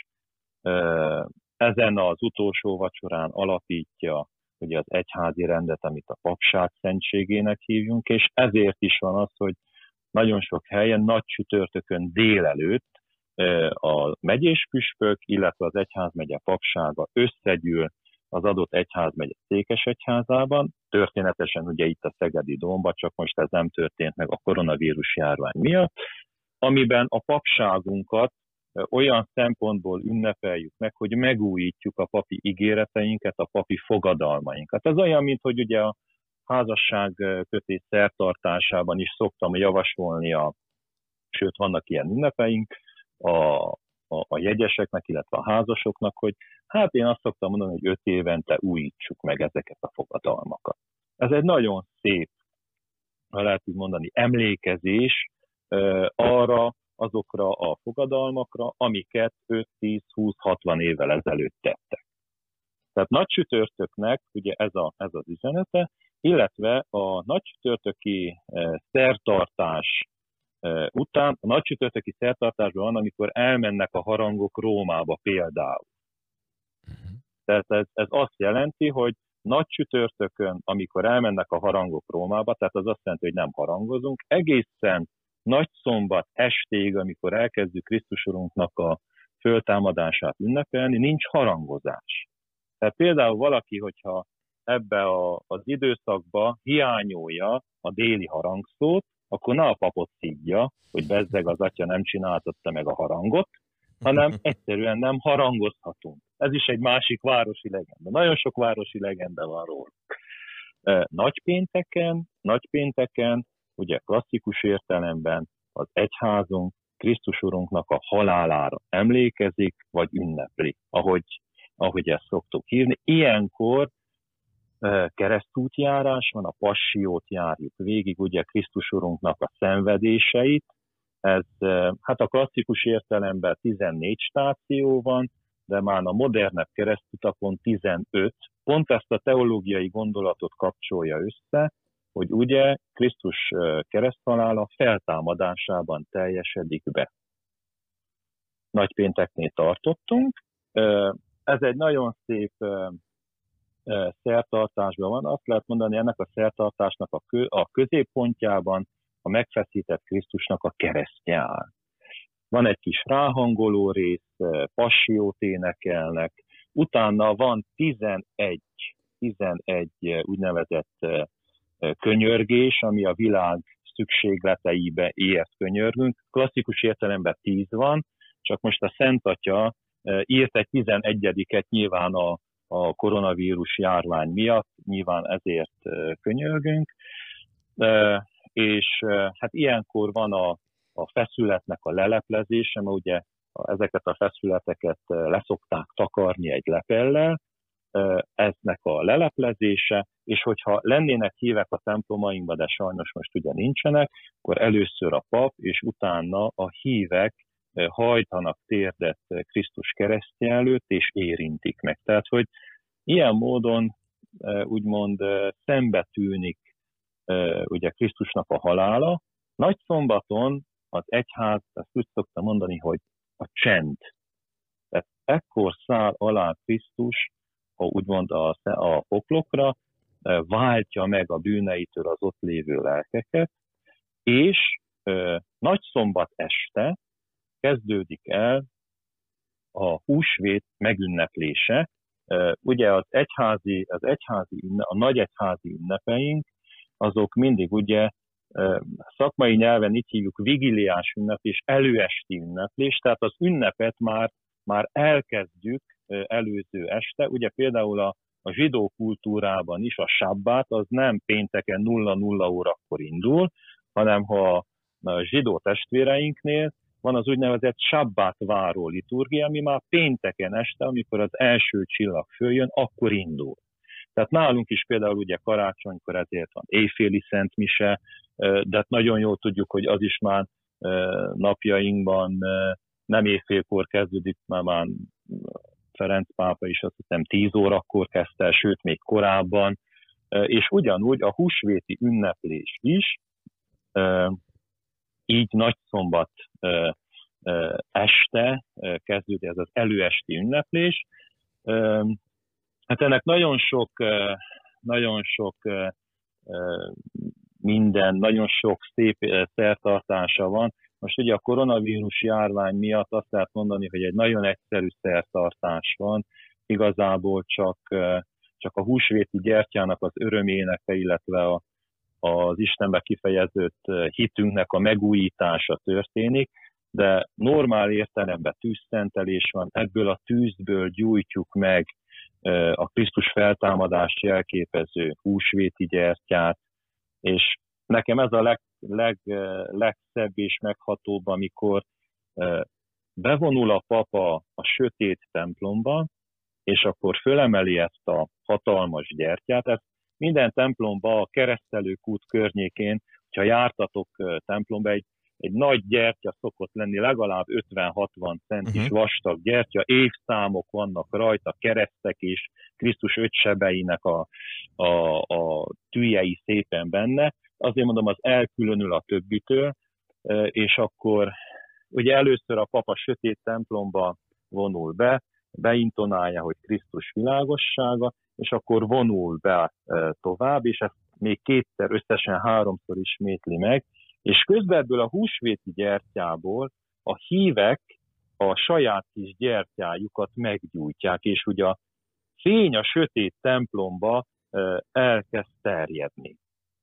Ezen az utolsó vacsorán alapítja ugye az egyházi rendet, amit a papság szentségének hívjunk, és ezért is van az, hogy nagyon sok helyen nagy csütörtökön délelőtt a megyés püspök, illetve az egyházmegye papsága összegyűl az adott egyházmegye székesegyházában. Történetesen ugye itt a Szegedi Dómban, csak most ez nem történt meg a koronavírus járvány miatt, amiben a papságunkat olyan szempontból ünnepeljük meg, hogy megújítjuk a papi ígéreteinket, a papi fogadalmainkat. Ez olyan, mint hogy ugye a házasságkötés szertartásában is szoktam javasolni, sőt vannak ilyen ünnepeink, a jegyeseknek, illetve a házasoknak, hogy hát én azt szoktam mondani, hogy 5 évente újítsuk meg ezeket a fogadalmakat. Ez egy nagyon szép, ha lehet így mondani, emlékezés azokra a fogadalmakra, amiket 5, 10, 20, 60 évvel ezelőtt tettek. Tehát nagy csütörtöknek ugye ez az üzenete, illetve a nagy csütörtöki szertartás után, a nagy csütörtöki szertartásban van, amikor elmennek a harangok Rómába például. Tehát ez azt jelenti, hogy nagy csütörtökön, amikor elmennek a harangok Rómába, tehát az azt jelenti, hogy nem harangozunk, egészen nagy szombat estéig, amikor elkezdjük Krisztus Urunknak a föltámadását ünnepelni, nincs harangozás. Tehát például valaki, hogyha ebbe az időszakba hiányolja a déli harangszót, akkor ne a papot szidja, hogy bezzeg az atya nem csináltatta meg a harangot, hanem egyszerűen nem harangozhatunk. Ez is egy másik városi legenda. Nagyon sok városi legenda van róla. Nagypénteken, ugye klasszikus értelemben az egyházunk Krisztus Urunknak a halálára emlékezik, vagy ünnepli, ahogy ezt szoktuk hívni. Ilyenkor keresztútjárás van, a passiót járjuk végig, ugye Krisztus Urunknak a szenvedéseit. Ez hát a klasszikus értelemben 14 stáció van, de már a modernebb keresztutakon 15. Pont ezt a teológiai gondolatot kapcsolja össze, hogy ugye Krisztus kereszthalála feltámadásában teljesedik be. Nagypénteknél tartottunk. Ez egy nagyon szép szertartásban van. Azt lehet mondani, ennek a szertartásnak a középpontjában a megfeszített Krisztusnak a keresztje áll. Van egy kis ráhangoló rész, passiót énekelnek, utána van 11 úgynevezett könyörgés, ami a világ szükségleteibe ért könyörgünk. Klasszikus értelemben 10 van, csak most a Szent Atya írt egy 11-et nyilván a koronavírus járvány miatt, nyilván ezért könyörgünk, és hát ilyenkor van a feszületnek a leleplezése, mert ugye ezeket a feszületeket leszokták takarni egy lepellel, eznek a leleplezése, és hogyha lennének hívek a templomainkba, de sajnos most ugye nincsenek, akkor először a pap, és utána a hívek hajtanak térdet Krisztus keresztje előtt, és érintik meg. Tehát, hogy ilyen módon úgymond szembetűnik ugye Krisztusnak a halála. Nagyszombaton az egyház, ezt úgy szokta mondani, hogy a csend. Tehát ekkor száll alá Krisztus, úgymond a poklokra, váltja meg a bűneitől az ott lévő lelkeket, és nagyszombat este kezdődik el a húsvét megünneplése. Ugye a nagy egyházi ünnepeink, azok mindig ugye szakmai nyelven így hívjuk vigiliás ünneplés, előesti ünneplés, tehát az ünnepet már elkezdjük előző este. Ugye például a zsidó kultúrában is a sabbát az nem pénteken 00 órakor indul, hanem ha a zsidó testvéreinknél van az úgynevezett sabbátváró liturgia, ami már pénteken este, amikor az első csillag följön, akkor indul. Tehát nálunk is például ugye karácsonykor ezért van éjféli szentmise, de nagyon jól tudjuk, hogy az is már napjainkban nem éjfélkor kezdődik, már Ferenc pápa is azt hiszem 10 órakor kezdte, sőt még korábban, és ugyanúgy a húsvéti ünneplés is, így nagyszombat este kezdődik ez az előesti ünneplés. Hát ennek nagyon sok minden, nagyon sok szép szertartása van. Most ugye a koronavírus járvány miatt azt lehet mondani, hogy egy nagyon egyszerű szertartás van. Igazából csak a húsvéti gyertyának az öröméneke, illetve az Istenbe kifejezett hitünknek a megújítása történik, de normál értelemben tűzszentelés van, ebből a tűzből gyújtjuk meg a Krisztus feltámadást jelképező húsvéti gyertyát, és nekem ez a legszebb és meghatóbb, amikor bevonul a papa a sötét templomba, és akkor fölemeli ezt a hatalmas gyertyát. Ezt minden templomba a Keresztelőkút környékén, ha jártatok templomba, egy nagy gyertya szokott lenni, legalább 50-60 centis vastag gyertya, évszámok vannak rajta, keresztek és Krisztus 5 sebeinek a tüjei szépen benne. Azért mondom, az elkülönül a többitől, és akkor ugye először a papa sötét templomba vonul be, beintonálja, hogy Krisztus világossága, és akkor vonul be tovább, és ezt még kétszer, összesen 3-szor ismétli meg, és közben ebből a húsvéti gyertyából a hívek a saját kis gyertyájukat meggyújtják, és ugye a fény a sötét templomba elkezd terjedni.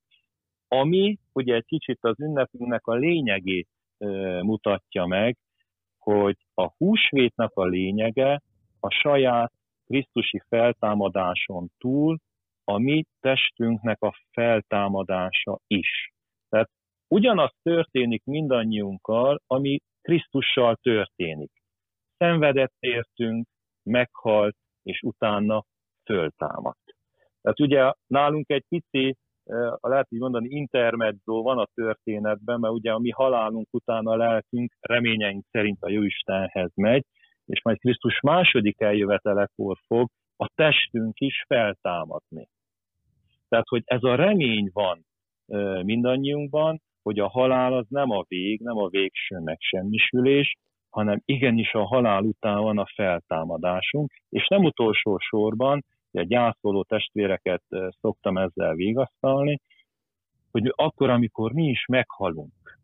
Ami ugye egy kicsit az ünnepünknek a lényegét mutatja meg, hogy a húsvétnek a lényege a saját krisztusi feltámadáson túl a mi testünknek a feltámadása is. Tehát ugyanaz történik mindannyiunkkal, ami Krisztussal történik. Szenvedett értünk, meghalt, és utána föltámadt. Tehát ugye nálunk egy pici, lehet így mondani, intermezzo van a történetben, mert ugye a mi halálunk után a lelkünk reményeink szerint a Jóistenhez megy, és majd Krisztus második eljövetelekor fog a testünk is feltámadni. Tehát, hogy ez a remény van mindannyiunkban, hogy a halál az nem a vég, nem a végső megsemmisülés, hanem igenis a halál után van a feltámadásunk, és nem utolsó sorban, a gyászoló testvéreket szoktam ezzel vigasztalni, hogy akkor, amikor mi is meghalunk,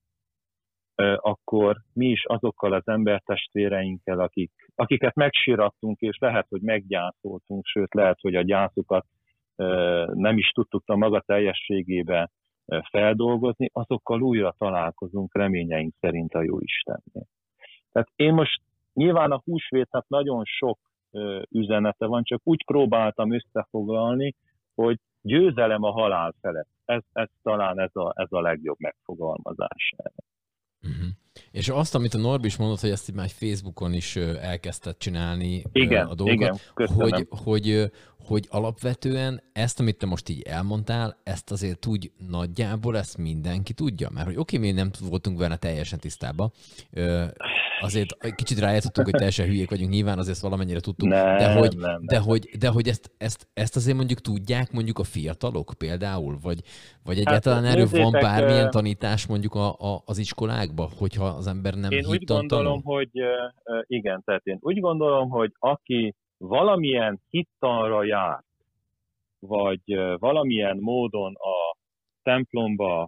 akkor mi is azokkal az embertestvéreinkkel, akiket megsirattunk, és lehet, hogy meggyászoltunk, sőt lehet, hogy a gyászukat nem is tudtuk a maga teljességébe feldolgozni, azokkal újra találkozunk reményeink szerint a Jóistennél. Tehát én most nyilván a húsvétnek nagyon sok üzenete van, csak úgy próbáltam összefoglalni, hogy győzelem a halál felett. Ez talán ez a legjobb megfogalmazás. Uh-huh. És azt, amit a Norbi is mondott, hogy ezt már Facebookon is elkezdted csinálni a dolgokat, hogy alapvetően ezt, amit te most így elmondtál, ezt azért úgy nagyjából ezt mindenki tudja. Mert hogy oké, mi nem voltunk vele teljesen tisztában, azért kicsit rájátszottunk, hogy teljesen hülyék vagyunk, nyilván azért valamennyire tudtuk, de hogy ezt azért mondjuk tudják mondjuk a fiatalok például, vagy egyáltalán erről van bármilyen tanítás mondjuk az iskolákba, hogyha az ember nem hittan tanul? Tehát én úgy gondolom, hogy aki valamilyen hittanra járt, vagy valamilyen módon a templomba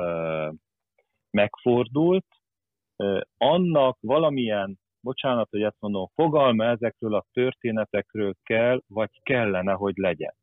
megfordult, annak valamilyen, bocsánat, hogy ezt mondom, fogalma ezekről a történetekről kell, vagy kellene, hogy legyen.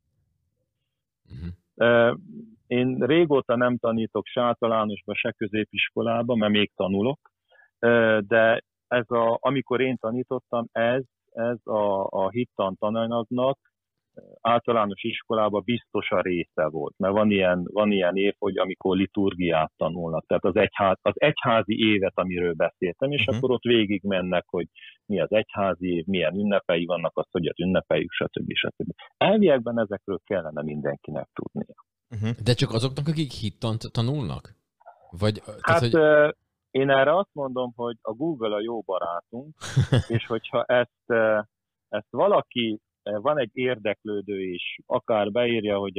Uh-huh. Én régóta nem tanítok se általánosba, se középiskolába, mert még tanulok, de amikor én tanítottam, ez a hittan tananyagnak általános iskolában biztos a része volt, mert van ilyen év, hogy amikor liturgiát tanulnak, tehát az egyházi évet, amiről beszéltem, és akkor ott végig mennek, hogy mi az egyházi év, milyen ünnepei vannak, azt, hogy az ünnepeljük, stb. Elviekben ezekről kellene mindenkinek tudnia. De csak azoknak, akik hittant tanulnak? Én erre azt mondom, hogy a Google a jó barátunk, és hogyha ezt valaki, van egy érdeklődő is, akár beírja, hogy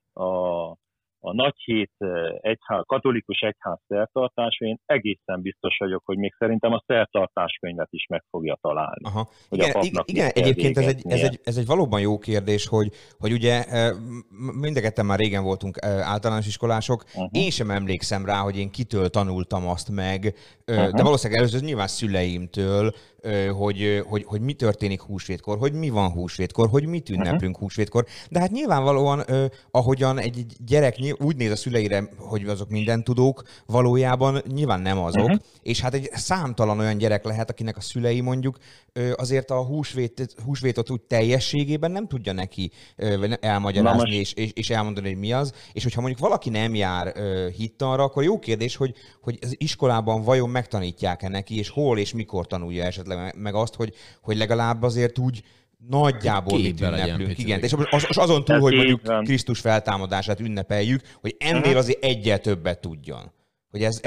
a Nagyhét katolikus egyház szertartása, én egészen biztos vagyok, hogy még szerintem a szertartáskönyvet is meg fogja találni. Aha. Igen, egyébként ez egy valóban jó kérdés, hogy ugye mindketten már régen voltunk általános iskolások, én sem emlékszem rá, hogy én kitől tanultam azt meg, de valószínűleg először nyilván szüleimtől, hogy mi történik húsvétkor, hogy mi van húsvétkor, hogy mit ünneplünk húsvétkor. De hát nyilvánvalóan, ahogyan egy gyerek úgy néz a szüleire, hogy azok mindentudók, valójában nyilván nem azok. És hát egy számtalan olyan gyerek lehet, akinek a szülei mondjuk azért a húsvétot úgy teljességében nem tudja neki elmagyarázni és elmondani, hogy mi az. És hogyha mondjuk valaki nem jár hittanra, akkor jó kérdés, hogy az iskolában vajon megtanítják-e neki, és hol és mikor tanulja esetleg meg azt, hogy legalább azért úgy nagyjából mit ünneplünk. Igen, és azon túl, hogy mondjuk Krisztus feltámadását ünnepeljük, hogy ennél azért egyel többet tudjon. Hogy ez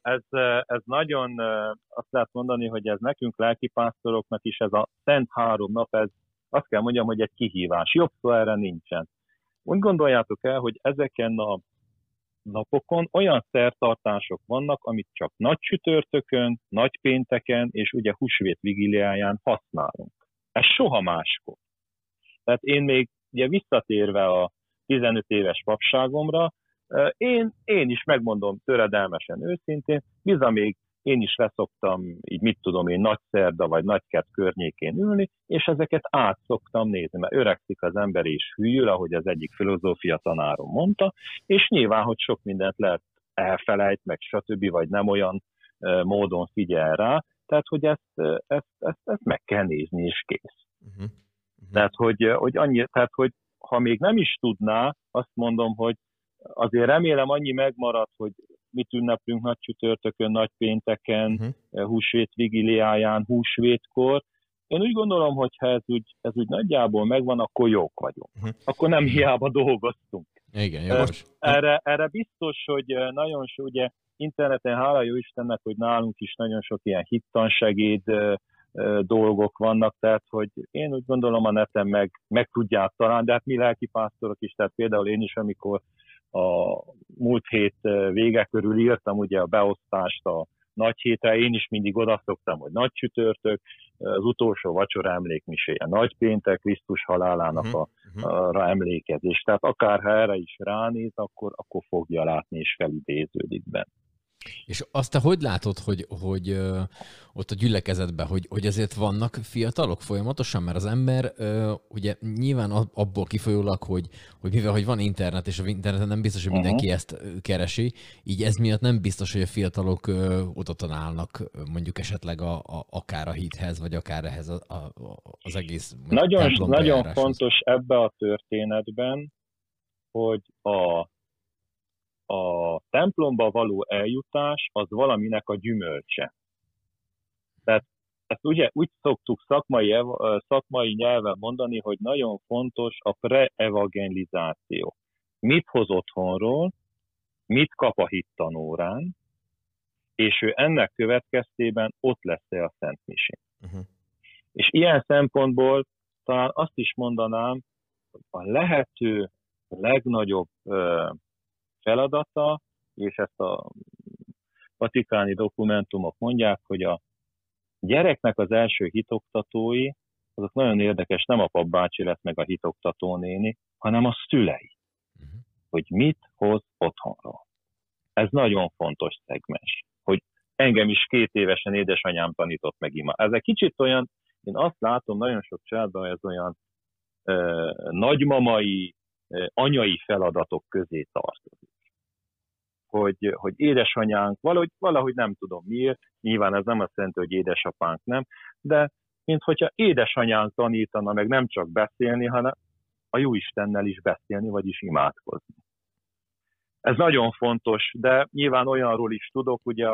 nagyon, azt lehet mondani, hogy ez nekünk lelkipásztoroknak is ez a Szent 3 nap, ez azt kell mondjam, hogy egy kihívás. Jobb szó erre nincsen. Úgy gondoljátok el, hogy ezeken a napokon olyan szertartások vannak, amit csak nagy csütörtökön, nagy pénteken és ugye húsvét vigíliáján használunk. Ez soha máskor. Tehát én még ugye visszatérve a 15 éves papságomra, én is megmondom töredelmesen, őszintén, bizony még én is leszoktam, így mit tudom én, Nagyszerda vagy Nagykert környékén ülni, és ezeket át szoktam nézni, mert öregszik az ember és hűl, ahogy az egyik filozófia tanárom mondta, és nyilván, hogy sok mindent lehet elfelejt, meg stb. Vagy nem olyan módon figyel rá, tehát, hogy ezt meg kell nézni, és kész. Tehát, hogy ha még nem is tudná, azt mondom, hogy azért remélem annyi megmarad, hogy mit ünneplünk nagy csütörtökön, nagy pénteken, húsvét vigíliáján, húsvétkor. Én úgy gondolom, hogy ha ez úgy nagyjából megvan, akkor jók vagyunk. Akkor nem hiába dolgoztunk. Igen, jogos. Erre biztos, hogy nagyon sok, ugye interneten, hála jó Istennek, hogy nálunk is nagyon sok ilyen hittansegéd dolgok vannak, tehát hogy én úgy gondolom a neten meg tudják találni, de hát mi lelkipásztorok is, tehát például én is, amikor a múlt hét vége körül írtam ugye a beosztást a nagy hétre, én is mindig odaszoktam, hogy nagy csütörtök, az utolsó vacsora emlékmiséje, nagy péntek, Krisztus halálának a emlékezés. Tehát akár ha erre is ránéz, akkor fogja látni és felidéződik benne. És azt te hogy látod, hogy ott a gyülekezetben, hogy azért vannak fiatalok folyamatosan, mert az ember ugye nyilván abból kifolyólag, hogy mivel hogy van internet, és a interneten nem biztos, hogy mindenki ezt keresi, így ez miatt nem biztos, hogy a fiatalok oda találnak mondjuk esetleg akár a hithez, vagy akár ehhez az egész Nagyon fontos ebbe a történetben, hogy a templomba való eljutás az valaminek a gyümölcse. Tehát ezt ugye úgy szoktuk szakmai nyelven mondani, hogy nagyon fontos a pre-evangelizáció. Mit hoz otthonról, mit kap a hittanórán, és ő ennek következtében ott lesz-e a szentmisén. És ilyen szempontból talán azt is mondanám, hogy a lehető legnagyobb feladata, és ezt a vatikáni dokumentumok mondják, hogy a gyereknek az első hitoktatói, azok nagyon érdekes, nem a papbácsi lesz meg a hitoktató néni, hanem a szülei. Hogy mit hoz otthonról. Ez nagyon fontos szegmens. Hogy engem is 2 évesen édesanyám tanított meg Ez egy kicsit olyan, én azt látom, nagyon sok családban ez olyan nagymamai, anyai feladatok közé tartozik. Hogy édesanyánk, valahogy nem tudom miért, nyilván ez nem azt jelenti, hogy édesapánk nem, de minthogyha édesanyánk tanítana meg nem csak beszélni, hanem a Jóistennel is beszélni, vagyis imádkozni. Ez nagyon fontos, de nyilván olyanról is tudok, ugye,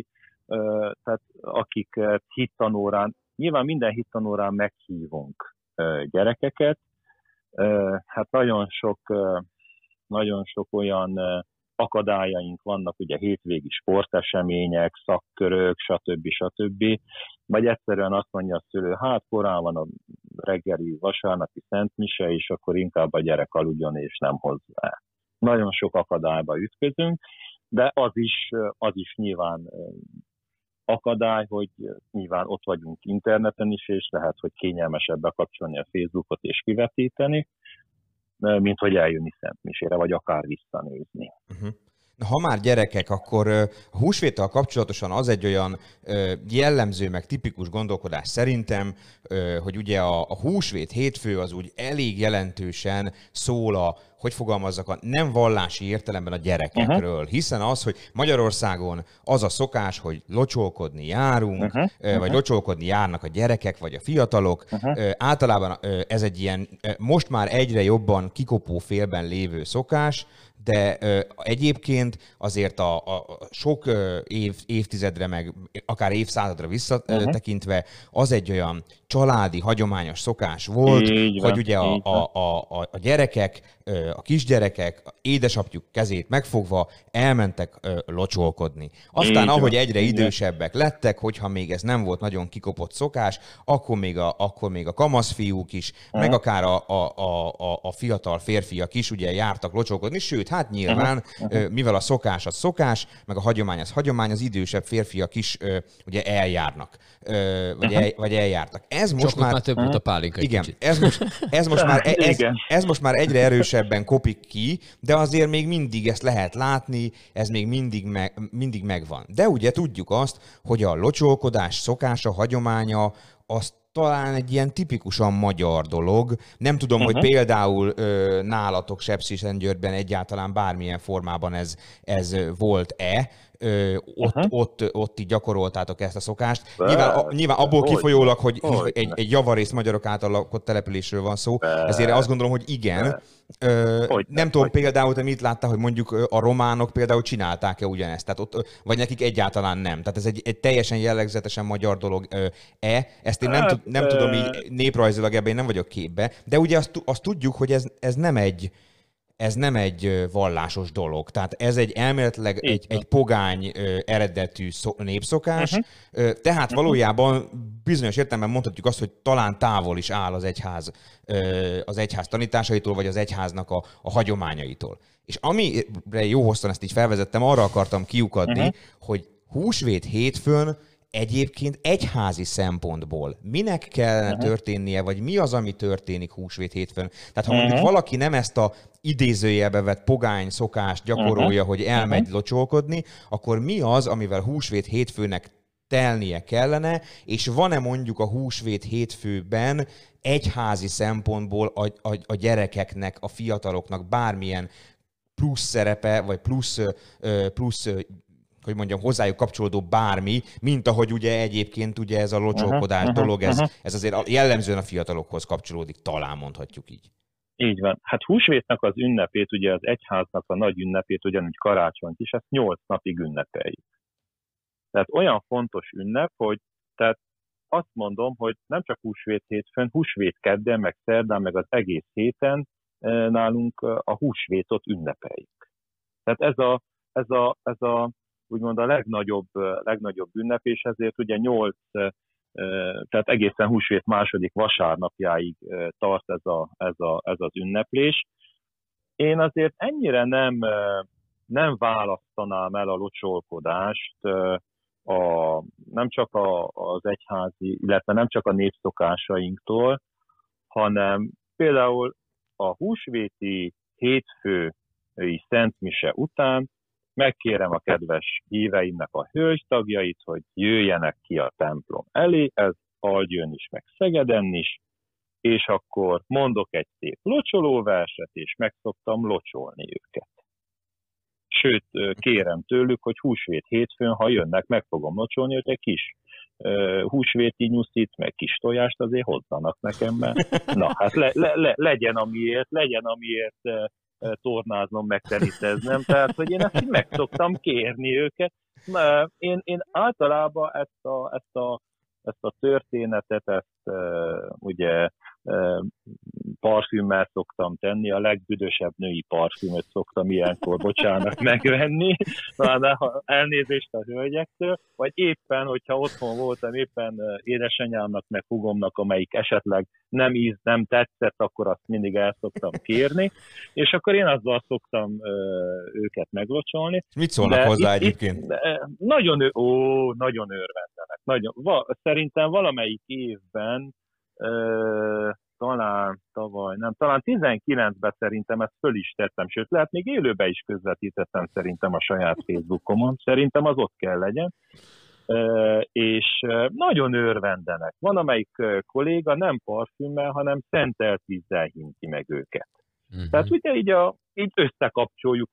akiket hittanórán, nyilván minden hittanórán meghívunk gyerekeket, hát nagyon sok olyan akadályaink vannak, ugye hétvégi sportesemények, szakkörök, stb. Vagy egyszerűen azt mondja a szülő, hát korán van a reggeli vasárnapi szentmise, és akkor inkább a gyerek aludjon és nem hozzá. Nagyon sok akadályba ütközünk, de az is nyilván akadály, hogy nyilván ott vagyunk interneten is, és lehet, hogy kényelmesebb bekapcsolni a Facebookot és kivetíteni, mint hogy eljönni szentmisére, vagy akár visszanézni. Ha már gyerekek, akkor a húsvéttal kapcsolatosan az egy olyan jellemző, meg tipikus gondolkodás szerintem, hogy ugye a húsvét hétfő az úgy elég jelentősen szól hogy fogalmazzak, a nem vallási értelemben a gyerekekről. Hiszen az, hogy Magyarországon az a szokás, hogy locsolkodni járunk, vagy locsolkodni járnak a gyerekek, vagy a fiatalok. Általában ez egy ilyen most már egyre jobban kikopó félben lévő szokás, de egyébként azért a sok évtizedre, meg akár évszázadra visszatekintve az egy olyan családi, hagyományos szokás volt, hogy ugye a gyerekek, a kisgyerekek édesapjuk kezét megfogva elmentek locsolkodni. Aztán, ahogy egyre idősebbek lettek, hogyha még ez nem volt nagyon kikopott szokás, akkor még a kamaszfiúk is, meg akár a fiatal férfiak is ugye jártak locsolkodni, sőt, hát nyilván, mivel a szokás az szokás, meg a hagyomány az hagyomány, az idősebb férfiak is ugye eljárnak, vagy eljártak. Ez most csak már több, mint a pálinka. Igen, ez most már egyre erősebben kopik ki, de azért még mindig ezt lehet látni, ez még mindig megvan. De ugye tudjuk azt, hogy a locsolkodás szokása, hagyománya, az talán egy ilyen tipikusan magyar dolog. Nem tudom, hogy például nálatok Sepsiszentgyörgyben egyáltalán bármilyen formában ez volt-e. Ott így gyakoroltátok ezt a szokást. Nyilván abból kifolyólag, hogy egy javarészt magyarok által lakott településről van szó, ezért azt gondolom, hogy igen. Nem tudom például, te mit láttál, hogy mondjuk a románok például csinálták-e ugyanezt, tehát ott, vagy nekik egyáltalán nem. Tehát ez egy teljesen jellegzetesen magyar dolog-e. Ezt én nem tudom így néprajzilag, ebben én nem vagyok képbe, de ugye azt tudjuk, hogy ez nem egy vallásos dolog. Tehát ez egy elméletileg egy pogány eredetű népszokás, tehát valójában bizonyos értelemben mondhatjuk azt, hogy talán távol is áll az egyház tanításaitól, vagy az egyháznak a hagyományaitól. És amire jó hosszan ezt így felvezettem, arra akartam kiukadni, hogy húsvét hétfőn egyébként egyházi szempontból minek kellene történnie, vagy mi az, ami történik húsvét hétfőn? Tehát ha mondjuk valaki nem ezt a idézőjelbe vett pogány szokást gyakorolja, hogy elmegy locsolkodni, akkor mi az, amivel húsvét hétfőnek telnie kellene, és van-e mondjuk a húsvét hétfőben egyházi szempontból a gyerekeknek, a fiataloknak bármilyen plusz szerepe, vagy plusz hogy mondjam, hozzájuk kapcsolódó bármi, mint ahogy ugye egyébként ugye ez a locsolkodás dolog, ez azért jellemzően a fiatalokhoz kapcsolódik, talán mondhatjuk így. Így van. Hát húsvétnek az ünnepét, ugye az egyháznak a nagy ünnepét, ugyanúgy karácsonyt is, ezt 8 napig ünnepeljük. Tehát olyan fontos ünnep, hogy tehát azt mondom, hogy nem csak húsvét hétfőn, húsvét kedden, meg szerdán, meg az egész héten nálunk a húsvétot ünnepeljük. Tehát ez a úgymond a legnagyobb ünnep, és ezért ugye 8, tehát egészen húsvét második vasárnapjáig tart ez az ünneplés. Én azért ennyire nem választanám el a locsolkodást nem csak az egyházi, illetve nem csak a népszokásainktól, hanem például a húsvéti hétfői szentmise után megkérem a kedves híveimnek a hölgytagjait, hogy jöjjenek ki a templom elé, ez Algyőn is, meg Szegeden is, és akkor mondok egy szép locsolóverset, és meg szoktam locsolni őket. Sőt, kérem tőlük, hogy húsvét hétfőn, ha jönnek, meg fogom locsolni, hogy egy kis húsvéti nyuszit, meg kis tojást azért hozzanak nekem, mert na, hát legyen amiért tornáznom, meg teniseznem, tehát, hogy én ezt meg szoktam kérni őket. Én általában ezt a történetet, ugye parfümmel szoktam tenni, a legbüdösebb női parfümöt szoktam ilyenkor, bocsánat, megvenni, elnézést a hölgyektől, vagy éppen, hogyha otthon voltam, éppen édesanyámnak, meg hugomnak, amelyik esetleg nem tetszett, akkor azt mindig el szoktam kérni, és akkor én azzal szoktam őket meglocsolni. Mit szólnak hozzá egyébként? Nagyon örvendenek. Szerintem valamelyik évben talán 19-ben szerintem ezt föl is tettem, sőt, lehet még élőben is közvetítettem szerintem a saját Facebookomon, szerintem az ott kell legyen, és nagyon örvendenek. Van, amelyik kolléga nem parfümmel, hanem szentelt vízzel hinti meg őket. Tehát ugye így összekapcsoljuk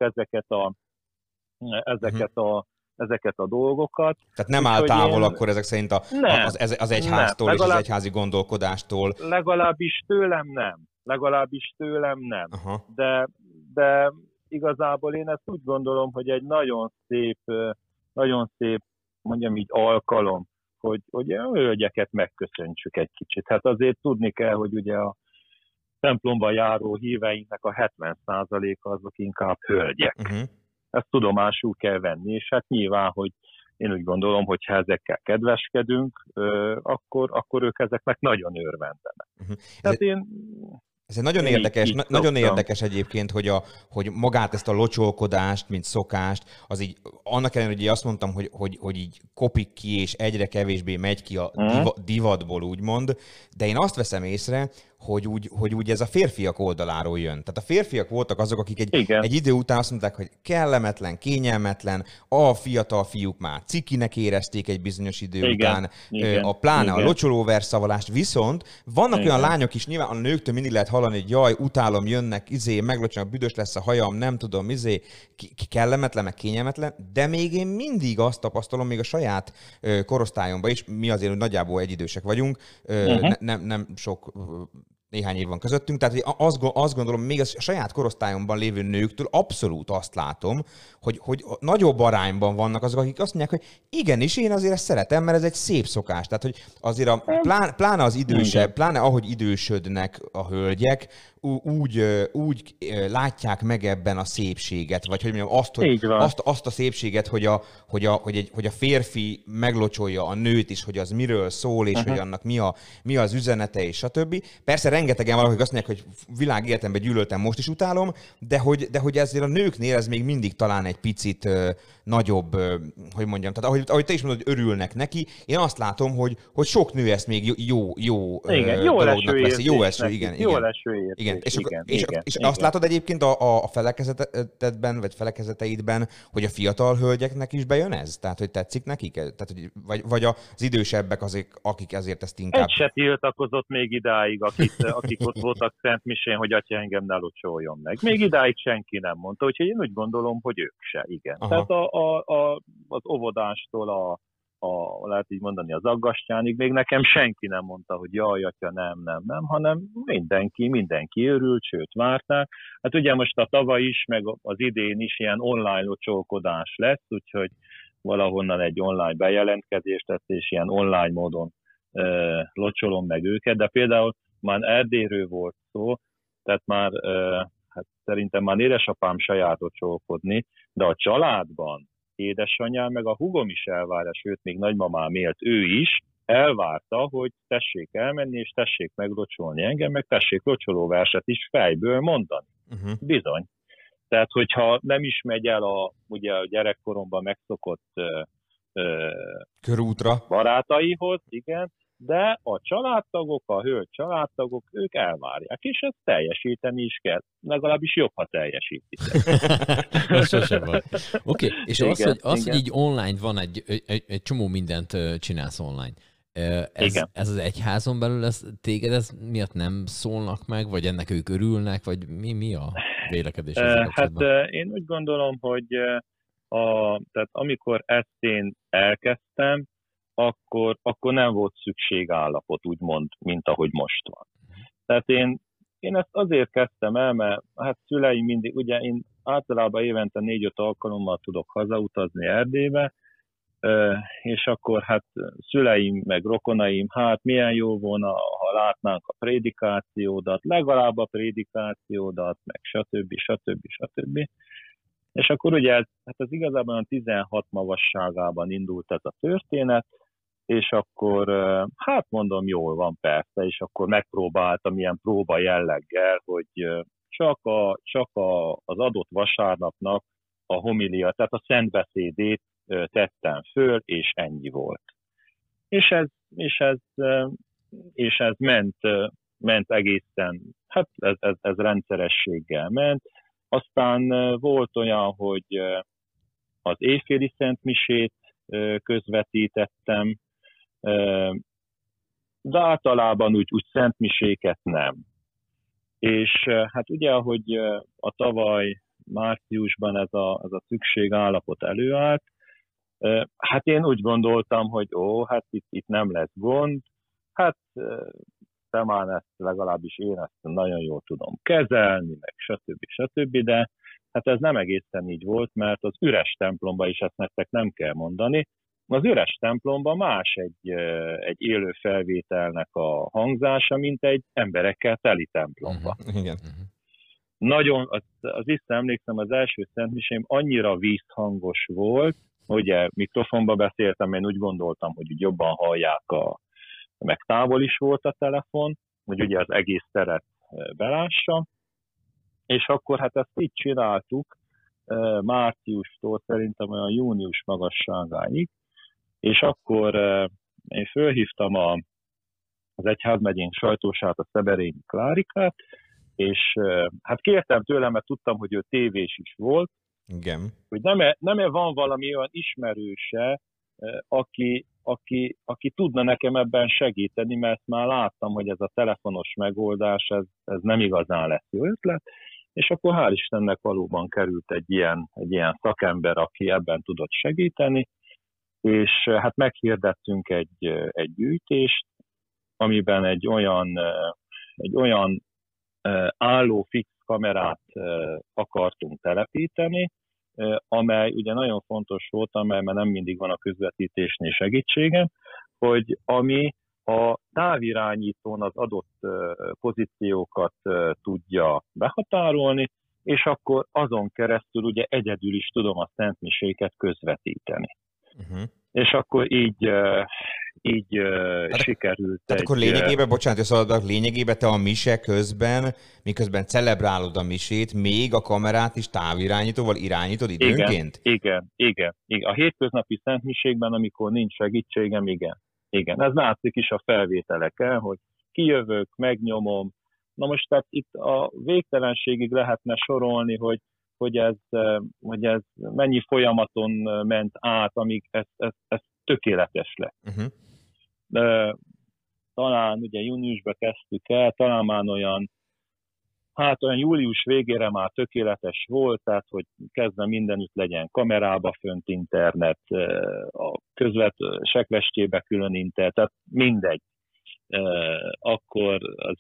ezeket a dolgokat. Tehát nem áll távol akkor ezek szerint az egyháztól és az egyházi gondolkodástól. Legalábbis tőlem nem. De igazából én ezt úgy gondolom, hogy egy nagyon szép, mondjam így, alkalom, hogy a hölgyeket megköszöntsük egy kicsit. Hát azért tudni kell, hogy ugye a templomban járó híveinknek a 70%-a azok inkább hölgyek. Ezt tudomásul kell venni, és hát nyilván, hogy én úgy gondolom, hogy ha ezekkel kedveskedünk, akkor ők ezeknek nagyon örvendenek. Ez egy nagyon érdekes egyébként, hogy magát ezt a locsolkodást, mint szokást, az így, annak ellenére, hogy azt mondtam, hogy így kopik ki, és egyre kevésbé megy ki a divatból, úgymond, de én azt veszem észre, hogy úgy ez a férfiak oldaláról jön. Tehát a férfiak voltak azok, akik egy idő után azt mondták, hogy kellemetlen, kényelmetlen, a fiatal fiúk már cikinek érezték egy bizonyos idő után, a locsolóversszavallást, viszont vannak olyan lányok is, nyilván a nőktől mindig lehet hallani, hogy jaj, utálom, jönnek, meglocsolnak, büdös lesz a hajam, nem tudom, kellemetlen, meg kényelmetlen, de még én mindig azt tapasztalom, még a saját korosztályomban is, mi azért nagyjából egyidősek vagyunk, nem sok néhány év van közöttünk, tehát azt gondolom, még a saját korosztályomban lévő nőktől abszolút azt látom, hogy nagyobb arányban vannak azok, akik azt mondják, hogy igenis, én azért ezt szeretem, mert ez egy szép szokás. Tehát, hogy azért pláne az idősebb, pláne ahogy idősödnek a hölgyek, úgy látják meg ebben a szépséget, vagy hogy mondjam, azt a szépséget, hogy a férfi meglocsolja a nőt is, hogy az miről szól, és hogy annak mi az üzenete, és stb. Persze rengetegen valakik azt mondják, hogy világéletemben gyűlöltem, most is utálom, de hogy ezért a nőknél ez még mindig talán egy picit nagyobb, hogy mondjam, tehát ahogy te is mondod, hogy örülnek neki, én azt látom, hogy sok nő ezt még jó dolognak veszi. Jó eső, igen. És azt látod egyébként a felekezetedben, vagy felekezeteidben, hogy a fiatal hölgyeknek is bejön ez? Tehát, hogy tetszik nekik? Tehát, vagy az idősebbek azok, akik ezért ezt inkább... Egy se tiltakozott még idáig, akik ott voltak Szentmisén, hogy atya engem ne locsoljon meg. Még idáig senki nem mondta, úgyhogy én úgy gondolom, hogy ők se, igen. Aha. Tehát az óvodástól lehet így mondani, az aggastyánig még nekem senki nem mondta, hogy jaj, atya, nem, hanem mindenki örült, sőt várták. Hát ugye most a tavaly is, meg az idén is ilyen online locsolkodás lesz, úgyhogy valahonnan egy online bejelentkezést tett, és ilyen online módon locsolom meg őket, de például már Erdélyről volt szó, tehát már hát szerintem már édesapám se járt locsolkodni, de a családban édesanyám meg a húgom is elvárja, sőt, még nagymamám élt, ő is elvárta, hogy tessék elmenni, és tessék meglocsolni engem, meg tessék locsolóverset is fejből mondani. Bizony. Tehát, hogyha nem is megy el ugye a gyerekkoromban megszokott körútra barátaihoz, igen, de a családtagok, a hölgy családtagok, ők elvárják, és ezt teljesíteni is kell. Legalábbis jobb, ha teljesítitek. Oké, és igen, hogy így online van, egy csomó mindent csinálsz online. Ez az egyházon belül, téged ez miatt nem szólnak meg, vagy ennek ők örülnek, vagy mi a vélekedés? Hát én úgy gondolom, hogy tehát amikor ezt én elkezdtem, akkor nem volt szükségállapot, úgymond, mint ahogy most van. Tehát én ezt azért kezdtem el, mert hát szüleim mindig, ugye én általában évente 4-5 alkalommal tudok hazautazni Erdélybe, és akkor hát szüleim meg rokonaim, hát milyen jó volna, ha látnánk a prédikációdat, legalább a prédikációdat, meg stb. És akkor ugye ez igazából a 16 magasságában indult ez a történet, és akkor, hát mondom, jól van persze, és akkor megpróbáltam ilyen próba jelleggel, hogy csak az adott vasárnapnak a homilia, tehát a szentbeszédét tettem föl, és ennyi volt. És ez ment egészen, hát ez rendszerességgel ment. Aztán volt olyan, hogy az éjféli szentmisét közvetítettem, de általában úgy szentmiséket nem. És hát ugye, ahogy a tavaly márciusban ez a szükségállapot előállt, hát én úgy gondoltam, hogy hát itt nem lesz gond, hát már ezt legalábbis én ezt nagyon jól tudom kezelni, meg stb. De hát ez nem egészen így volt, mert az üres templomban is ezt nektek nem kell mondani. Az üres templomban más egy élő felvételnek a hangzása, mint egy emberekkel teli templomban. Igen. Nagyon, az emlékszem, az első szentmisém annyira vízhangos volt, ugye mikrofonba beszéltem, én úgy gondoltam, hogy úgy jobban hallják, meg távol is volt a telefon, hogy ugye az egész teret belássa, és akkor hát ezt így csináltuk márciustól szerintem olyan június magasságáig, és akkor én fölhívtam az egyházmegyénk sajtósát, a Szeberényi Klárikát, és hát kértem tőlem, mert tudtam, hogy ő tévés is volt, igen, hogy nem van valami olyan ismerőse, aki tudna nekem ebben segíteni, mert már láttam, hogy ez a telefonos megoldás, ez nem igazán lesz jó ötlet, és akkor hál' Istennek valóban került egy ilyen szakember, aki ebben tudott segíteni, és hát meghirdettünk egy gyűjtést, amiben egy olyan álló fix kamerát akartunk telepíteni, amely ugye nagyon fontos volt, amely mert nem mindig van a közvetítésnél segítségem, hogy ami a távirányítón az adott pozíciókat tudja behatárolni, és akkor azon keresztül ugye egyedül is tudom a szentmiséket közvetíteni. És akkor így sikerült. Tehát akkor lényegében, bocsánat, hogy lényegében te a mise közben, miközben celebrálod a misét, még a kamerát is távirányítóval irányítod időnként? Igen. A hétköznapi szentmiségben, amikor nincs segítségem, igen. Ez látszik is a felvételeken, hogy kijövök, megnyomom. Na most tehát itt a végtelenségig lehetne sorolni, hogy ez mennyi folyamaton ment át, amíg ez tökéletes lett. Talán ugye júniusban kezdtük el, talán már olyan július végére már tökéletes volt, tehát hogy kezdve mindenütt legyen kamerába fönt internet, a seklestébe külön internet, tehát mindegy. Akkor az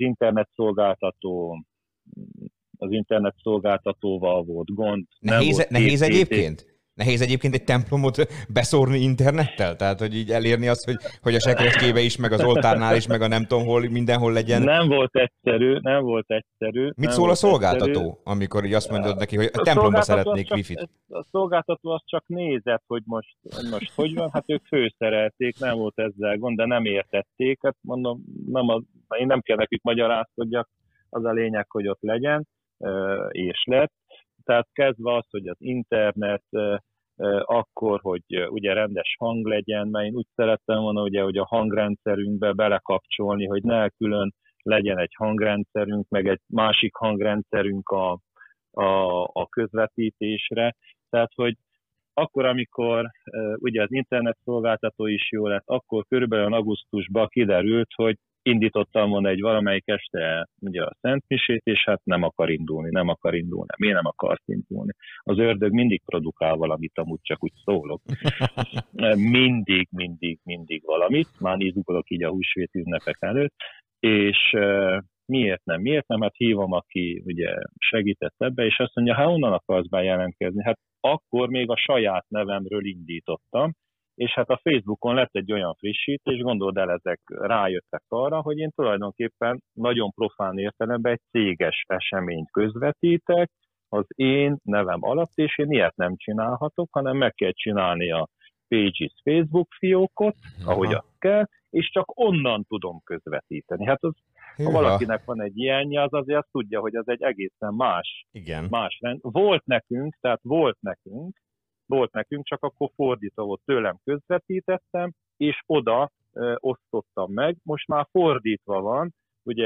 internetszolgáltatóval volt gond. Nehéz egyébként? Nehéz egyébként egy templomot beszórni internettel? Tehát, hogy így elérni azt, hogy a sekrestjébe is, meg az oltárnál is, meg a nem tudom hol, mindenhol legyen. Nem volt egyszerű. Mit szól a szolgáltató, amikor így azt mondod neki, hogy a templomba szeretnék wifi-t? A szolgáltató az csak nézett, hogy most hogy van, hát ők főszerelték, nem volt ezzel gond, de nem értették. Hát mondom, én nem kell nekik magyarázkodjak, az a lényeg, hogy ott legyen, és lett. Tehát kezdve az, hogy az internet, akkor, hogy ugye rendes hang legyen, mert én úgy szerettem volna, ugye, hogy a hangrendszerünkbe belekapcsolni, hogy ne külön legyen egy hangrendszerünk, meg egy másik hangrendszerünk a közvetítésre. Tehát, hogy akkor, amikor ugye az internet szolgáltató is jó lett, akkor körülbelül augusztusban kiderült, hogy indítottam volna egy valamelyik este ugye a szentmisét, és hát nem akar indulni. Miért nem akarsz indulni? Az ördög mindig produkál valamit, amúgy csak úgy szólok. Mindig valamit, már izgulok így a húsvét ünnepek előtt, és miért nem? Hát hívom, aki ugye segített ebbe, és azt mondja, honnan akarsz bejelentkezni? Hát akkor még a saját nevemről indítottam, és hát a Facebookon lett egy olyan frissítés, gondold el, ezek rájöttek arra, hogy én tulajdonképpen nagyon profán értelemben egy céges eseményt közvetítek az én nevem alatt, és én ilyet nem csinálhatok, hanem meg kell csinálni a Pages Facebook fiókot, ahogy azt kell, és csak onnan tudom közvetíteni. Hát az, ha valakinek van egy ilyenje, az azért azt tudja, hogy az egy egészen más rend. Volt nekünk, csak akkor fordítva volt, tőlem közvetítettem, és oda osztottam meg. Most már fordítva van, ugye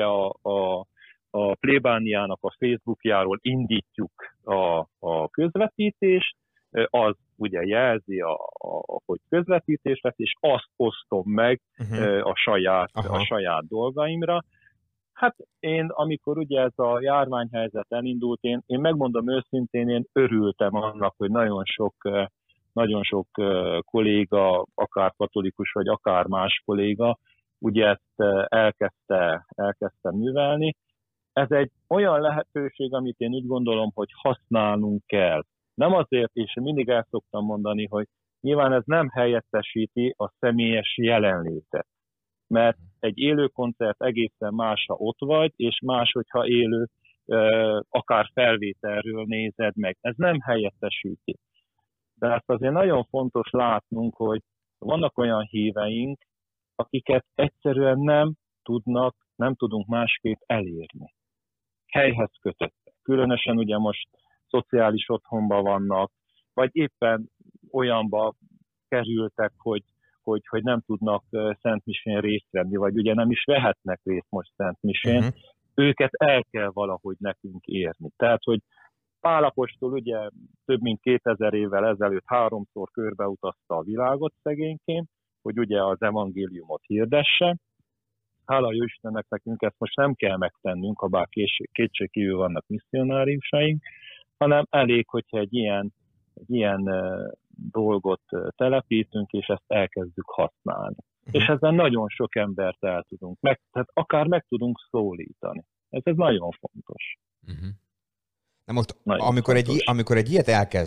a plébániának a Facebookjáról indítjuk a közvetítést, az ugye jelzi, hogy közvetítés lesz, és azt osztom meg a saját dolgaimra. Hát én, amikor ugye ez a járványhelyzet elindult, én megmondom őszintén, én örültem annak, hogy nagyon sok kolléga, akár katolikus, vagy akár más kolléga, ugye ezt elkezdte művelni. Ez egy olyan lehetőség, amit én úgy gondolom, hogy használnunk kell. Nem azért, és mindig el szoktam mondani, hogy nyilván ez nem helyettesíti a személyes jelenlétet. Mert egy élő koncert egészen más, ha ott vagy, és más, hogyha élő, akár felvételről nézed meg. Ez nem helyettesíti. De ezt azért nagyon fontos látnunk, hogy vannak olyan híveink, akiket egyszerűen nem tudunk másképp elérni. Helyhez kötöttek. Különösen ugye most szociális otthonban vannak, vagy éppen olyanba kerültek, hogy nem tudnak szentmisén részt venni, vagy ugye nem is vehetnek részt most szentmisén, őket el kell valahogy nekünk érni. Tehát, hogy Pál apostol ugye több mint 2000 évvel ezelőtt 3-szor körbeutazta a világot szegényként, hogy ugye az evangéliumot hirdesse. Hála jó Istennek, nekünk ezt most nem kell megtennünk, ha bár kétségkívül vannak misszionáriusaink, hanem elég, hogyha egy ilyen dolgot telepítünk, és ezt elkezdjük használni. És ezzel nagyon sok embert el tudunk, tehát akár meg tudunk szólítani. Ez nagyon fontos. Na most, amikor egy ilyet elkezd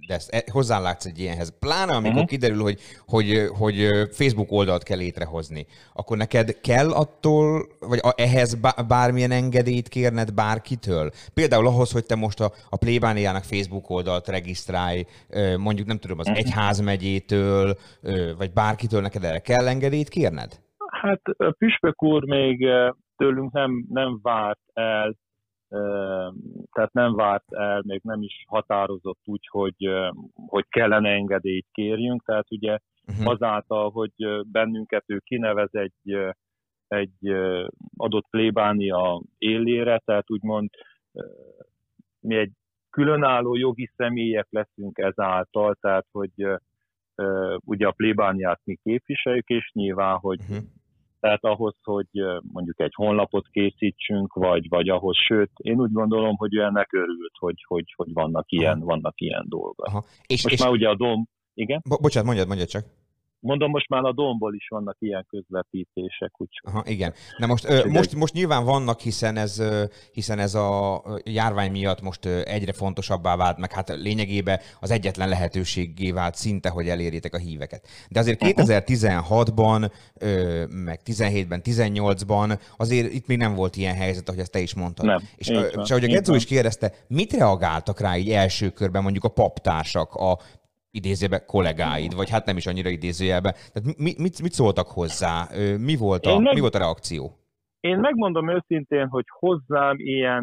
de ezt hozzálátsz egy ilyenhez. Pláne amikor kiderül, hogy Facebook oldalt kell létrehozni, akkor neked kell attól, vagy ehhez bármilyen engedélyt kérned bárkitől? Például ahhoz, hogy te most a Plébániának Facebook oldalt regisztrálj, mondjuk nem tudom, az egyházmegyétől, vagy bárkitől neked erre kell engedélyt kérned? Hát püspök úr még tőlünk nem várt el, tehát nem várt el, még nem is határozott úgy, hogy kellene engedélyt kérjünk, tehát ugye azáltal, hogy bennünket ő kinevez egy adott plébánia élére, tehát úgymond mi egy különálló jogi személyek leszünk ezáltal, tehát hogy ugye a plébániát mi képviseljük, és nyilván, hogy tehát ahhoz, hogy mondjuk egy honlapot készítsünk, vagy ahhoz, sőt, én úgy gondolom, hogy ő ennek örült, hogy vannak ilyen dolgok. Most már ugye a Dom... Igen? Bocsánat, mondjad csak. Mondom, most már a Domból is vannak ilyen közvetítések. Úgyhogy... Igen. Na most nyilván vannak, hiszen ez a járvány miatt most egyre fontosabbá vált, meg hát lényegében az egyetlen lehetőségé vált szinte, hogy elérjétek a híveket. De azért 2016-ban, meg 17-ben, 18-ban azért itt még nem volt ilyen helyzet, ahogy ezt te is mondtad. Nem. És ahogy a Gedzó is kérdezte, mit reagáltak rá így első körben mondjuk a paptársak, a idézőjelben kollégáid, vagy hát nem is annyira idézőjelben. Tehát mit szóltak hozzá? Mi volt a reakció? Én megmondom őszintén, hogy hozzám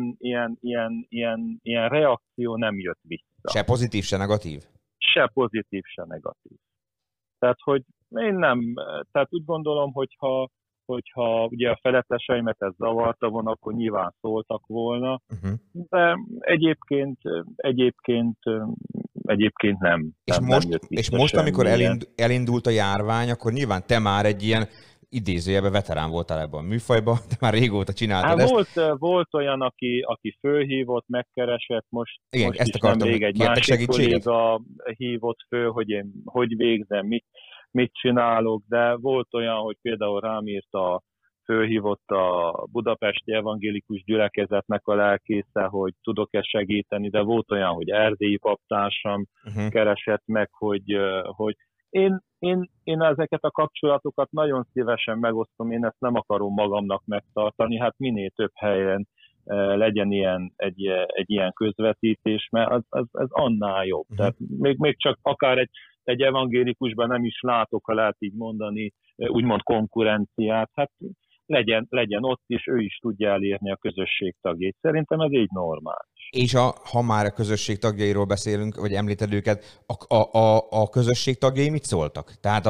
ilyen reakció nem jött vissza. Se pozitív, se negatív? Se pozitív, se negatív. Tehát, hogy én nem, tehát úgy gondolom, hogyha ugye a feletteseimet ez zavarta volna, akkor nyilván szóltak volna, de egyébként nem. És most amikor elindult a járvány, akkor nyilván te már egy ilyen idézőjelben veterán voltál ebben a műfajban, de már régóta csináltad ezt. Volt olyan, aki fölhívott, megkeresett, most ezt is nemrég egy másik kolléga hívott föl, hogy én hogy végzem, mit csinálok, de volt olyan, hogy például rám fölhívott a budapesti evangélikus gyülekezetnek a lelkésze, hogy tudok-e segíteni, de volt olyan, hogy erdélyi paptársam keresett meg, hogy én ezeket a kapcsolatokat nagyon szívesen megosztom, én ezt nem akarom magamnak megtartani, hát minél több helyen legyen egy ilyen közvetítés, mert ez annál jobb. Tehát még csak akár egy evangélikusban nem is látok, ha lehet így mondani, úgymond konkurenciát, hát legyen ott is, ő is tudja elérni a közösség tagjait. Szerintem ez így normális. És ha már a közösség tagjairól beszélünk, vagy említed őket, a közösség tagjai mit szóltak? Tehát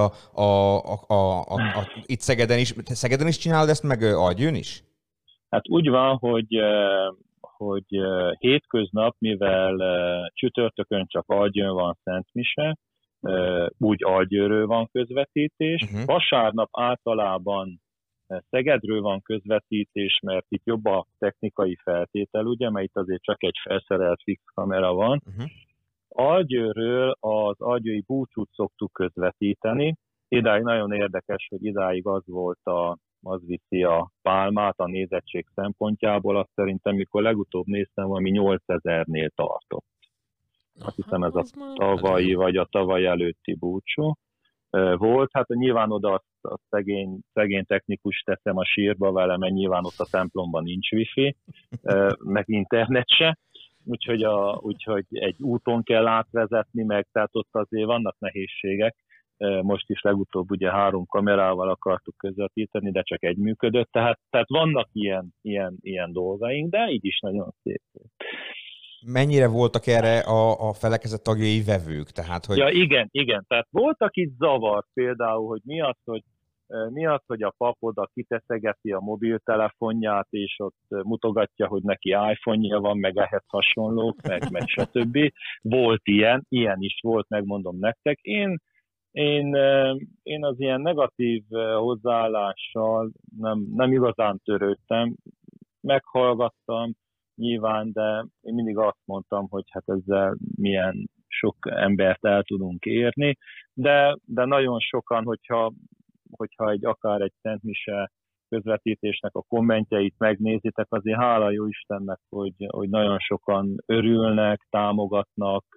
itt Szegeden is csinálod ezt, meg Agyőn is? Hát úgy van, hogy hétköznap, mivel csütörtökön csak Agyőn van szentmise, úgy Agyőről van közvetítés. Vasárnap általában Szegedről van közvetítés, mert itt jobb a technikai feltétel, ugye, mert itt azért csak egy felszerelt fix kamera van. Agyőről az agyői búcsút szoktuk közvetíteni. Idáig nagyon érdekes, hogy idáig az viszi a pálmát a nézettség szempontjából. Azt szerintem, mikor legutóbb néztem, valami 8000-nél tartott. Azt hiszem ez a tavalyi vagy a tavaly előtti búcsú volt. Hát nyilván oda a szegény technikus teszem a sírba vele, mert nyilván ott a templomban nincs wifi, meg internet se, úgyhogy egy úton kell átvezetni, meg tehát ott azért vannak nehézségek. Most is legutóbb ugye 3 kamerával akartuk közvetíteni, de csak egy működött, tehát vannak ilyen dolgaink, de így is nagyon szép. Mennyire voltak erre a felekezet tagjai vevők? Tehát, hogy... Ja, igen. Tehát voltak itt zavar például, hogy mi az, hogy a pap oda kiteszegeti a mobiltelefonját, és ott mutogatja, hogy neki iPhone-ja van, meg ehhez hasonlók, meg stb. Volt ilyen is volt, megmondom nektek. Én az ilyen negatív hozzáállással nem igazán törődtem, meghallgattam nyilván, de én mindig azt mondtam, hogy hát ezzel milyen sok embert el tudunk érni, de nagyon sokan, hogyha akár egy szentmise közvetítésnek a kommentjeit megnézitek, azért hála jó Istennek, hogy nagyon sokan örülnek, támogatnak,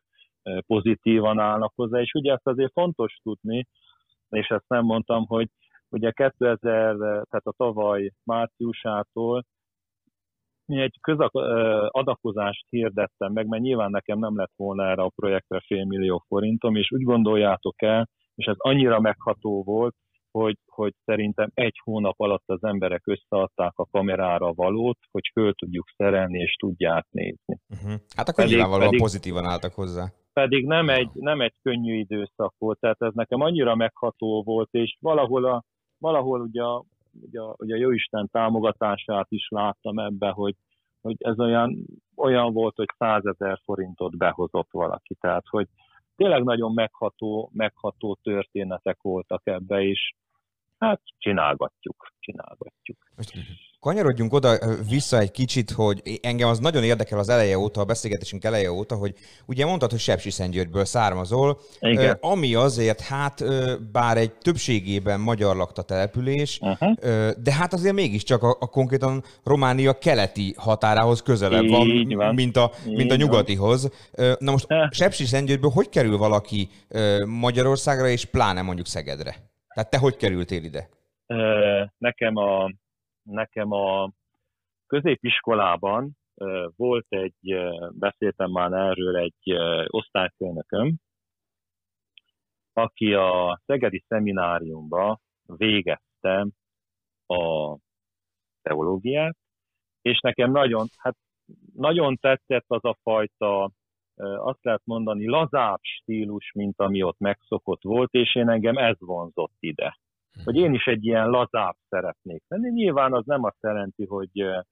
pozitívan állnak hozzá, és ugye ezt azért fontos tudni, és ezt nem mondtam, hogy ugye tehát a tavaly márciusától mi egy adakozást hirdettem meg, mert nyilván nekem nem lett volna erre a projektre $500 000 forintom, és úgy gondoljátok el, és ez annyira megható volt, hogy szerintem 1 hónap alatt az emberek összeadták a kamerára valót, hogy föl tudjuk szerelni és tudják nézni. Hát akkor nyilvánvalóan pozitívan álltak hozzá. Pedig nem egy könnyű időszak volt, tehát ez nekem annyira megható volt, és valahol ugye a Jóisten támogatását is láttam ebbe, hogy ez olyan volt, hogy 100 000 forintot behozott valaki. Tehát, hogy tényleg nagyon megható történetek voltak ebbe, és hát csinálgatjuk. Most kanyarodjunk oda vissza egy kicsit, hogy engem az nagyon érdekel az eleje óta, a beszélgetésünk eleje óta, hogy ugye mondtad, hogy Sepsiszentgyörgyből származol, ami azért, hát bár egy többségében magyar lakta település, de hát azért mégiscsak a konkrétan Románia keleti határához közelebb van, mint a nyugatihoz. Na most Sepsiszentgyörgyből hogy kerül valaki Magyarországra, és pláne mondjuk Szegedre? Tehát te hogy kerültél ide? Nekem a középiskolában volt beszéltem már erről, egy osztályfőnököm, aki a szegedi szemináriumba végezte a teológiát, és nekem nagyon tetszett az a fajta, azt lehet mondani, lazább stílus, mint ami ott megszokott volt, és engem ez vonzott ide. Hogy én is egy ilyen lazább szeretnék lenni. Nyilván az nem azt jelenti, hogy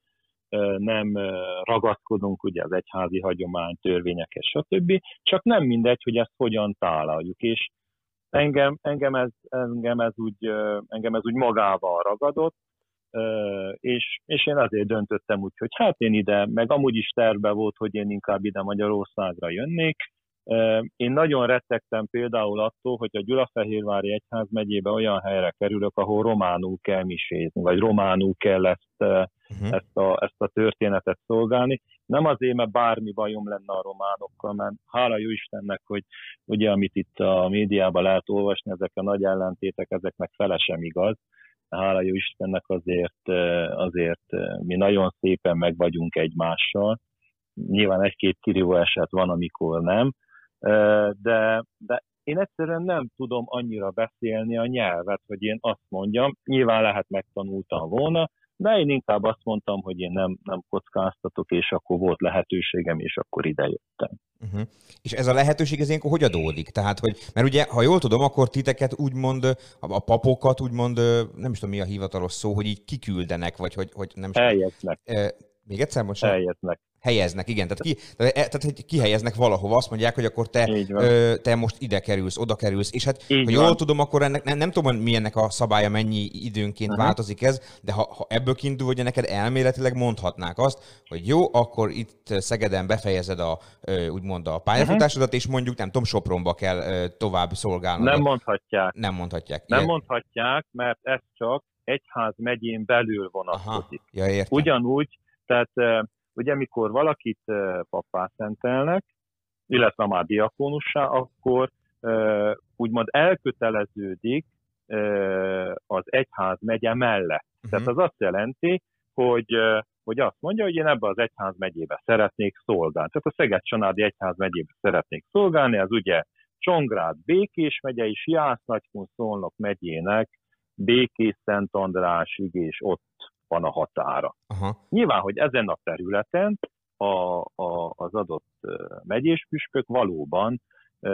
nem ragaszkodunk ugye az egyházi hagyomány, törvényekhez, stb. Csak nem mindegy, hogy ezt hogyan tálaljuk. És engem ez úgy magával ragadott, és én azért döntöttem úgy, hogy hát én ide, meg amúgy is terve volt, hogy én inkább ide Magyarországra jönnék. Én nagyon rettegtem például attól, hogy a Gyulafehérvári Egyházmegyébe olyan helyre kerülök, ahol románul kell misézni, vagy románul kell ezt a történetet szolgálni. Nem azért, mert bármi bajom lenne a románokkal, mert hála jó Istennek, hogy ugye, amit itt a médiában lehet olvasni, ezek a nagy ellentétek, ezeknek fele sem igaz. Hála jó Istennek azért mi nagyon szépen meg vagyunk egymással. Nyilván egy-két kirívó eset van, amikor nem, de én egyszerűen nem tudom annyira beszélni a nyelvet, hogy én azt mondjam, nyilván lehet megtanultam volna, de én inkább azt mondtam, hogy én nem kockáztatok, és akkor volt lehetőségem, és akkor idejöttem. És ez a lehetőség ez ilyenkor hogy adódik? Tehát, mert ugye, ha jól tudom, akkor titeket úgymond, a papokat úgymond, nem is tudom mi a hivatalos szó, hogy így kiküldenek, vagy hogy nem is... Helyeznek. Még egyszer, most? Helyeznek, igen. Tehát hogy kihelyeznek valahova, azt mondják, hogy akkor te most ide kerülsz, oda kerülsz, és hát, ha jól tudom, akkor ennek nem tudom, mi ennek a szabálya, mennyi időnként változik ez, de ha ebből kiindul, hogy neked elméletileg mondhatnák azt, hogy jó, akkor itt Szegeden befejezed úgymond a pályafutásodat, és mondjuk, nem tudom, Sopronba kell tovább szolgálnod. Nem mondhatják. Nem mondhatják. Nem mondhatják, mert ez csak egyházmegyén belül vonatkozik. Ja, értem. Ugyanúgy, tehát ugye, mikor valakit pappá szentelnek, illetve már diakónussá, akkor úgymond elköteleződik az egyházmegye mellett. Tehát az azt jelenti, hogy azt mondja, hogy én ebbe az egyházmegyébe szeretnék szolgálni. Tehát a Szeged-Csanádi Egyházmegyébe szeretnék szolgálni, az ugye Csongrád Békés megye és Jász-Nagykun-Szolnok megyének Békés-Szent Andrásig, és ott van a határa. Nyilván, hogy ezen a területen az adott megyés püspök valóban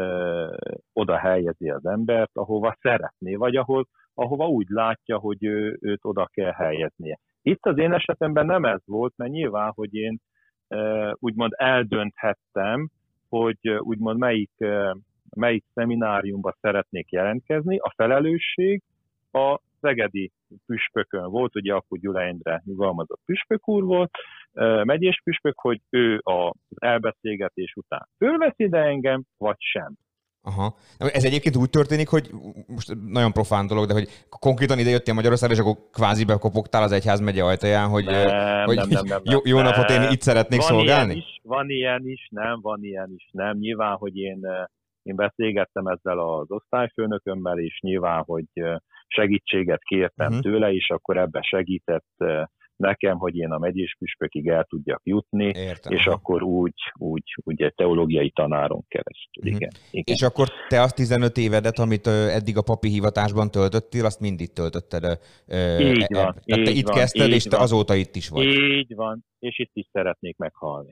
oda helyezi az embert, ahova szeretné, vagy ahova úgy látja, hogy őt oda kell helyeznie. Itt az én esetemben nem ez volt, mert nyilván, hogy én úgymond eldönthettem, hogy úgymond melyik szemináriumba szeretnék jelentkezni. A felelősség a szegedi püspökön volt, ugye akkor Gyula Endre nyugalmazott püspök úr volt, megyés püspök, hogy ő az elbeszélgetés után fölvesz ide engem, vagy sem. Aha. Ez egyébként úgy történik, hogy most nagyon profán dolog, de hogy konkrétan ide jöttél Magyarországra, és akkor kvázi bekopogtál az egyházmegye ajtaján, hogy, nem. Jó napot, én itt szeretnék szolgálni? Van ilyen is, nem. Nyilván, hogy én beszélgettem ezzel az osztályfőnökömmel, és nyilván, hogy segítséget kértem tőle, és akkor ebbe segített nekem, hogy én a megyéspüspökig el tudjak jutni, Értem. És akkor úgy egy teológiai tanáron keresztül. Igen. És akkor te azt 15 évedet, amit eddig a papi hivatásban töltöttél, azt mind itt töltötted. Így van. Tehát te itt kezdted, és te azóta itt is vagy. Így van, és itt is szeretnék meghalni.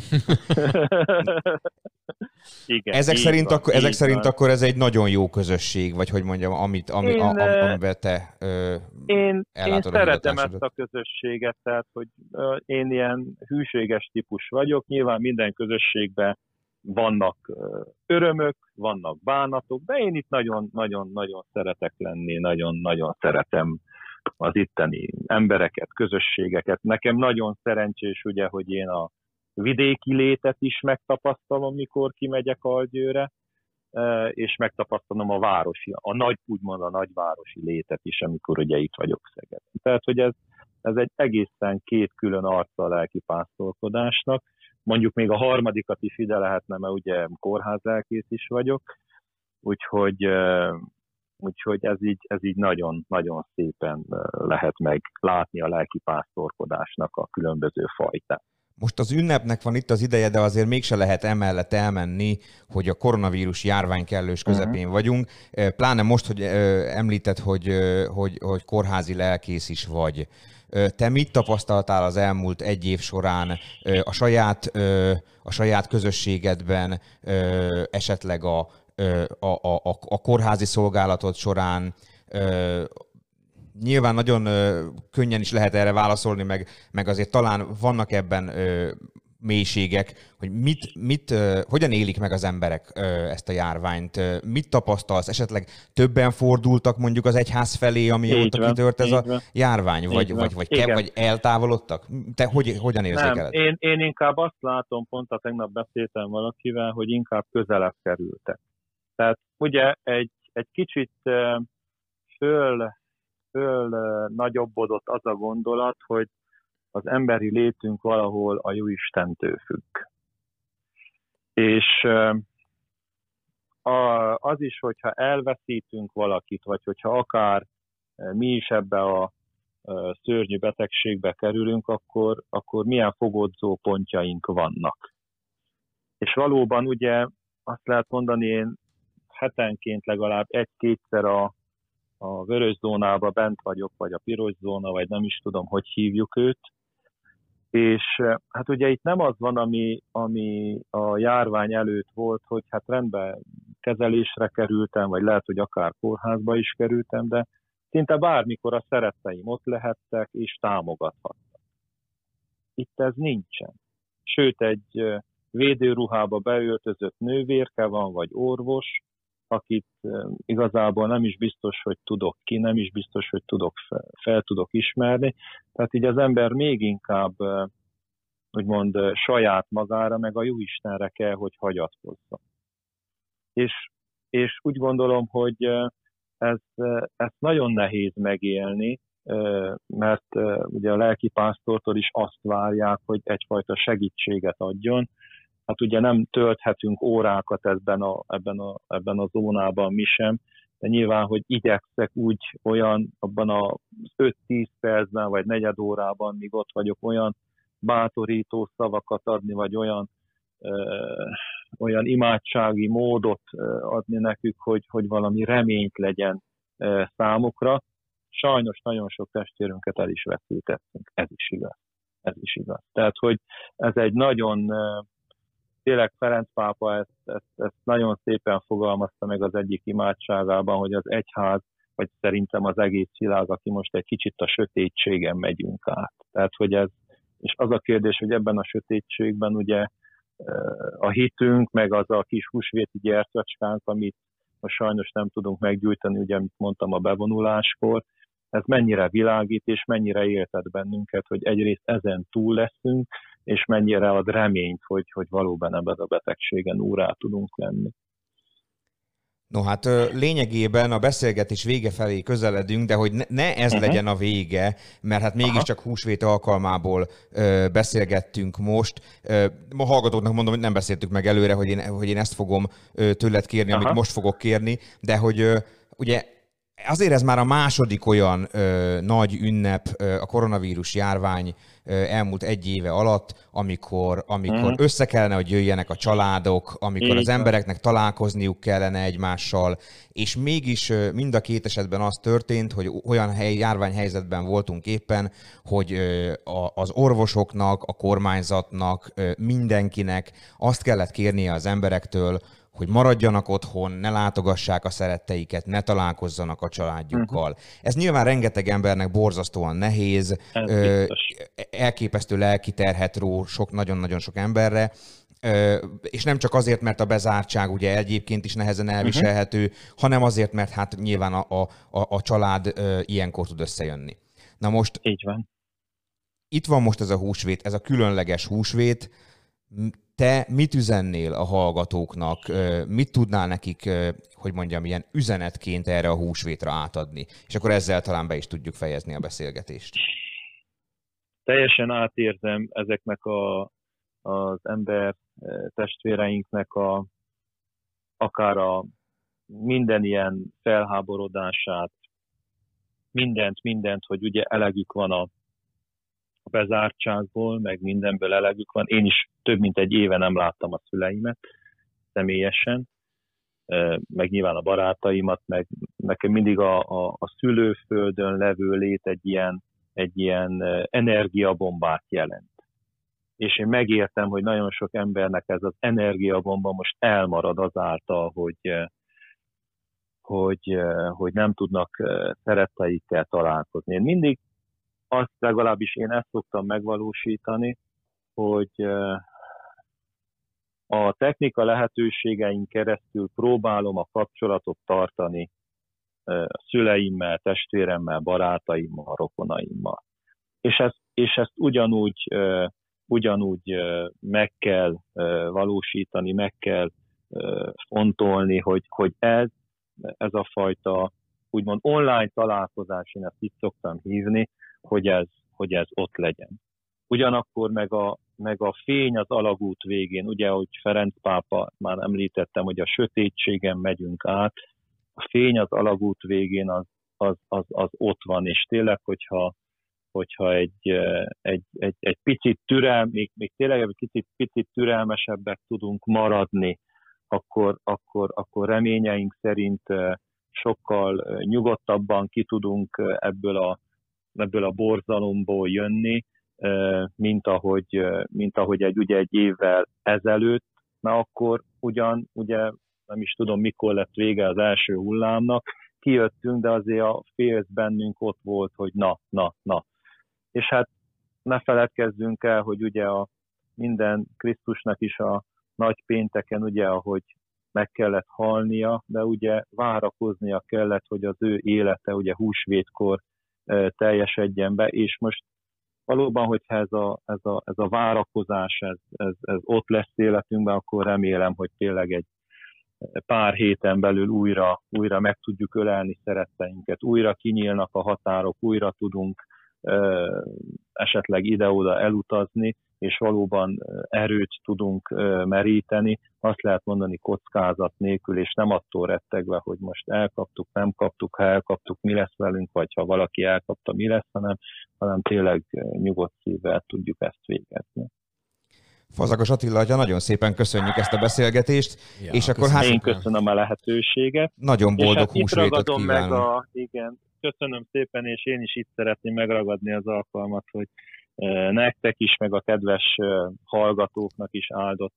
Igen, ezek szerint akkor ez egy nagyon jó közösség, vagy hogy mondjam, amiben te ellátod. Én szeretem ezt a közösséget, tehát hogy én ilyen hűséges típus vagyok. Nyilván minden közösségben vannak örömök, vannak bánatok, de én itt nagyon szeretek lenni, nagyon szeretem az itteni embereket, közösségeket. Nekem nagyon szerencsés, ugye, hogy én a vidéki létet is megtapasztalom, mikor kimegyek Algyőre, és megtapasztalom úgymond a nagyvárosi létet is, amikor ugye itt vagyok Szegeden. Tehát, hogy ez egy egészen két külön arca a lelkipásztorkodásnak. Mondjuk még a harmadikat is ide lehetne, mert ugye kórházlelkész is vagyok, úgyhogy ez így nagyon szépen lehet meg látni a lelkipásztorkodásnak a különböző fajtát. Most az ünnepnek van itt az ideje, de azért mégse lehet emellett elmenni, hogy a koronavírus járvány kellős közepén vagyunk. Pláne most, hogy említed, hogy kórházi lelkész is vagy. Te mit tapasztaltál az elmúlt egy év során a saját közösségedben, esetleg a kórházi szolgálatod során? Nyilván nagyon könnyen is lehet erre válaszolni, meg azért talán vannak ebben mélységek, hogy hogyan élik meg az emberek ezt a járványt, mit tapasztalsz, esetleg többen fordultak mondjuk az egyház felé, amióta kitört ez a járvány, vagy eltávolodtak? Te hogyan érzékeled? Én inkább azt látom, pont a tegnap beszéltem valakivel, hogy inkább közelebb kerültek. Tehát ugye egy kicsit föl nagyobbodott az a gondolat, hogy az emberi létünk valahol a Jóistentől függ. És az is, hogyha elveszítünk valakit, vagy hogyha akár mi is ebbe a szörnyű betegségbe kerülünk, akkor milyen fogodzó pontjaink vannak. És valóban ugye azt lehet mondani, én hetenként legalább egy-kétszer a vörös zónába bent vagyok, vagy a piros zóna, vagy nem is tudom, hogy hívjuk őt. És hát ugye itt nem az van, ami a járvány előtt volt, hogy hát rendben kezelésre kerültem, vagy lehet, hogy akár kórházba is kerültem, de szinte bármikor a szeretteim ott lehettek, és támogathattak. Itt ez nincsen. Sőt, egy védőruhába beöltözött nővérke van, vagy orvos, akit igazából nem is biztos, hogy tudok ki, nem is biztos, hogy fel tudok ismerni. Tehát így az ember még inkább úgymond saját magára, meg a Jóistenre kell, hogy hagyatkozzon. És úgy gondolom, hogy ezt nagyon nehéz megélni, mert ugye a lelkipásztortól is azt várják, hogy egyfajta segítséget adjon. Hát ugye nem tölthetünk órákat ebben a zónában mi sem, de nyilván, hogy igyekszek úgy abban az 5-10 percben, vagy negyed órában, míg ott vagyok, olyan bátorító szavakat adni, vagy olyan imádsági módot adni nekük, hogy valami reményt legyen számukra. Sajnos nagyon sok testvérünket el is veszítettünk. Ez is igaz. Tehát, hogy ez egy nagyon... Tényleg Ferenc pápa ezt nagyon szépen fogalmazta meg az egyik imádságában, hogy az egyház, vagy szerintem az egész világ, aki most egy kicsit a sötétségen megyünk át. Tehát, hogy és az a kérdés, hogy ebben a sötétségben ugye a hitünk, meg az a kis húsvéti gyertyacskánk, amit most sajnos nem tudunk meggyújtani, ugye, amit mondtam a bevonuláskor, ez mennyire világít, és mennyire éltet bennünket, hogy egyrészt ezen túl leszünk, és mennyire ad reményt, hogy valóban ebben a betegségen úrrá tudunk lenni. No hát lényegében a beszélgetés vége felé közeledünk, de hogy ne ez legyen a vége, mert hát mégiscsak húsvét alkalmából beszélgettünk most. Ma hallgatóknak mondom, hogy nem beszéltük meg előre, hogy én ezt fogom tőled kérni, amit most fogok kérni, de hogy ugye azért ez már a második olyan nagy ünnep a koronavírus járvány elmúlt egy éve alatt, amikor össze kellene, hogy jöjjenek a családok, amikor az embereknek találkozniuk kellene egymással, és mégis mind a két esetben az történt, hogy olyan járványhelyzetben voltunk éppen, hogy az orvosoknak, a kormányzatnak, mindenkinek azt kellett kérnie az emberektől, hogy maradjanak otthon, ne látogassák a szeretteiket, ne találkozzanak a családjukkal. Ez nyilván rengeteg embernek borzasztóan nehéz, elképesztő lelki terhet ró nagyon-nagyon sok emberre, és nem csak azért, mert a bezártság ugye egyébként is nehezen elviselhető, hanem azért, mert hát nyilván a család ilyenkor tud összejönni. Na most így van. Itt van most ez a húsvét, ez a különleges húsvét. Te mit üzennél a hallgatóknak, mit tudnál nekik, hogy mondjam, ilyen üzenetként erre a húsvétra átadni? És akkor ezzel talán be is tudjuk fejezni a beszélgetést. Teljesen átérzem ezeknek az ember testvéreinknek akár a minden ilyen felháborodását, mindent, hogy ugye elegük van a bezártságból, meg mindenből elegük van. Én is több mint egy éve nem láttam a szüleimet személyesen, meg nyilván a barátaimat, meg nekem mindig a szülőföldön levő lét egy ilyen energiabombát jelent. És én megértem, hogy nagyon sok embernek ez az energiabomba most elmarad azáltal, hogy nem tudnak szeretteikkel találkozni. Én mindig legalábbis én ezt szoktam megvalósítani, hogy a technika lehetőségein keresztül próbálom a kapcsolatot tartani a szüleimmel, testvéremmel, barátaimmal, rokonaimmal. És ezt ugyanúgy meg kell valósítani, meg kell fontolni, hogy ez a fajta úgymond online találkozás, én ezt így szoktam hívni, hogy ez ott legyen. Ugyanakkor meg a fény az alagút végén, ugye, ahogy Ferenc pápa, már említettem, hogy a sötétségen megyünk át, a fény az alagút végén az ott van, és tényleg, hogyha egy picit még tényleg egy picit türelmesebbek tudunk maradni, akkor reményeink szerint sokkal nyugodtabban ki tudunk ebből a borzalomból jönni, mint ahogy egy évvel ezelőtt, mert akkor ugye nem is tudom, mikor lett vége az első hullámnak, kijöttünk, de azért a félsz bennünk ott volt, hogy na. És hát ne feledkezzünk el, hogy ugye minden Krisztusnak is a nagy pénteken, ugye, ahogy meg kellett halnia, de ugye várakoznia kellett, hogy az ő élete ugye húsvétkor teljesedjen be, és most valóban, hogyha ez a várakozás, ez ott lesz életünkben, akkor remélem, hogy tényleg egy pár héten belül újra meg tudjuk ölelni szeretteinket, újra kinyílnak a határok, újra tudunk esetleg ide-oda elutazni, és valóban erőt tudunk meríteni, azt lehet mondani kockázat nélkül, és nem attól rettegve, hogy most elkaptuk, nem kaptuk, ha elkaptuk, mi lesz velünk, vagy ha valaki elkapta, mi lesz, hanem tényleg nyugodt szívvel tudjuk ezt végezni. Fazakas Attila atya, nagyon szépen köszönjük ezt a beszélgetést, Ja, és akkor hát... Én köszönöm a lehetőséget. Nagyon boldog húsvétot kívánok. kívánunk. Igen, köszönöm szépen, és én is itt szeretném megragadni az alkalmat, hogy nektek is, meg a kedves hallgatóknak is áldott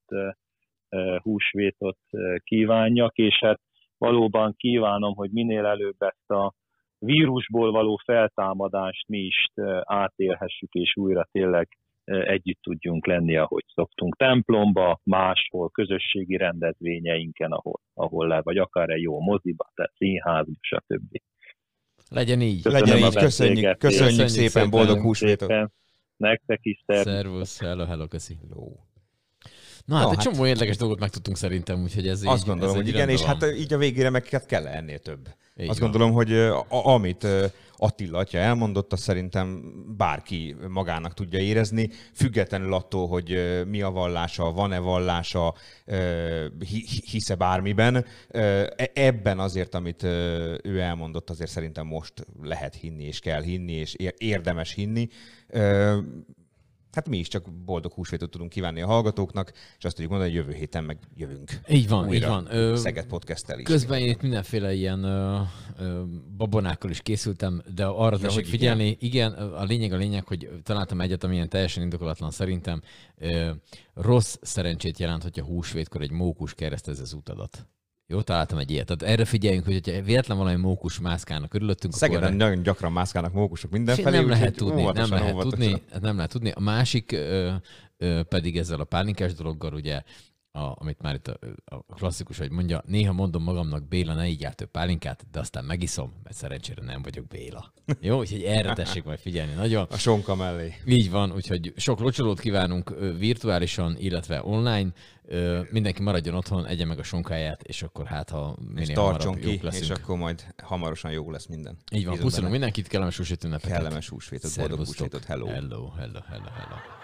húsvétot kívánjak, és hát valóban kívánom, hogy minél előbb ezt a vírusból való feltámadást mi is átélhessük, és újra tényleg együtt tudjunk lenni, ahogy szoktunk. Templomba, máshol, közösségi rendezvényeinken, ahol le, vagy akár egy jó moziba, tehát színházba, stb. Legyen így. Legyen így, köszönjük szépen, boldog húsvétot. Nektek is, Szervusz, hello, köszi. Na hát No, egy csomó érdekes dolgot megtudtunk szerintem, úgyhogy ez azt így, gondolom, ez hogy így igen, és rendben hát így a végére meg hát kell ennél több. Így Azt van. gondolom, hogy amit Attila atya elmondott, azt szerintem bárki magának tudja érezni, függetlenül attól, hogy mi a vallása, van-e vallása, hisze bármiben. Ebben azért, amit ő elmondott, azért szerintem most lehet hinni, és kell hinni, és érdemes hinni. Hát mi is csak boldog húsvétot tudunk kívánni a hallgatóknak, és azt tudjuk mondani, hogy jövő héten meg jövünk. Így van, újra így van. Szeged Podcast-tel is. Közben én itt mindenféle ilyen babonákkal is készültem, de arra tessék hogy figyelni. Igen, a lényeg, hogy találtam egyet, ami ilyen teljesen indokolatlan szerintem. Rossz szerencsét jelent, hogyha húsvétkor egy mókus keresztez az utadat. Jó, találtam egy ilyet. Tehát erre figyeljünk, hogy ha véletlen valami mókus mászkálnak körülöttünk, Szegeden akkor nagyon gyakran mászkálnak mókusok mindenfelé. nem lehet úgyhogy tudni, óvatosan. nem lehet tudni. A másik pedig ezzel a pálinkás dologgal, ugye, amit már itt a klasszikus, hogy mondja, néha mondom magamnak, Béla, ne így több pálinkát, de aztán megiszom, mert szerencsére nem vagyok Béla. Jó, úgyhogy erre tessék majd figyelni nagyon. A sonka mellé. Így van, úgyhogy sok locsolót kívánunk virtuálisan, illetve online. Mindenki maradjon otthon, egye meg a sonkáját, és akkor hát, ha És minél tartson hamarabb ki, jók leszünk. és akkor majd hamarosan jó lesz minden. Így van, Bízunk puszilunk benne. mindenkit, kellemes húsvét ünnepeket. Kellemes húsvétot, boldog Szervusztok. húsvétot, hello. Hello.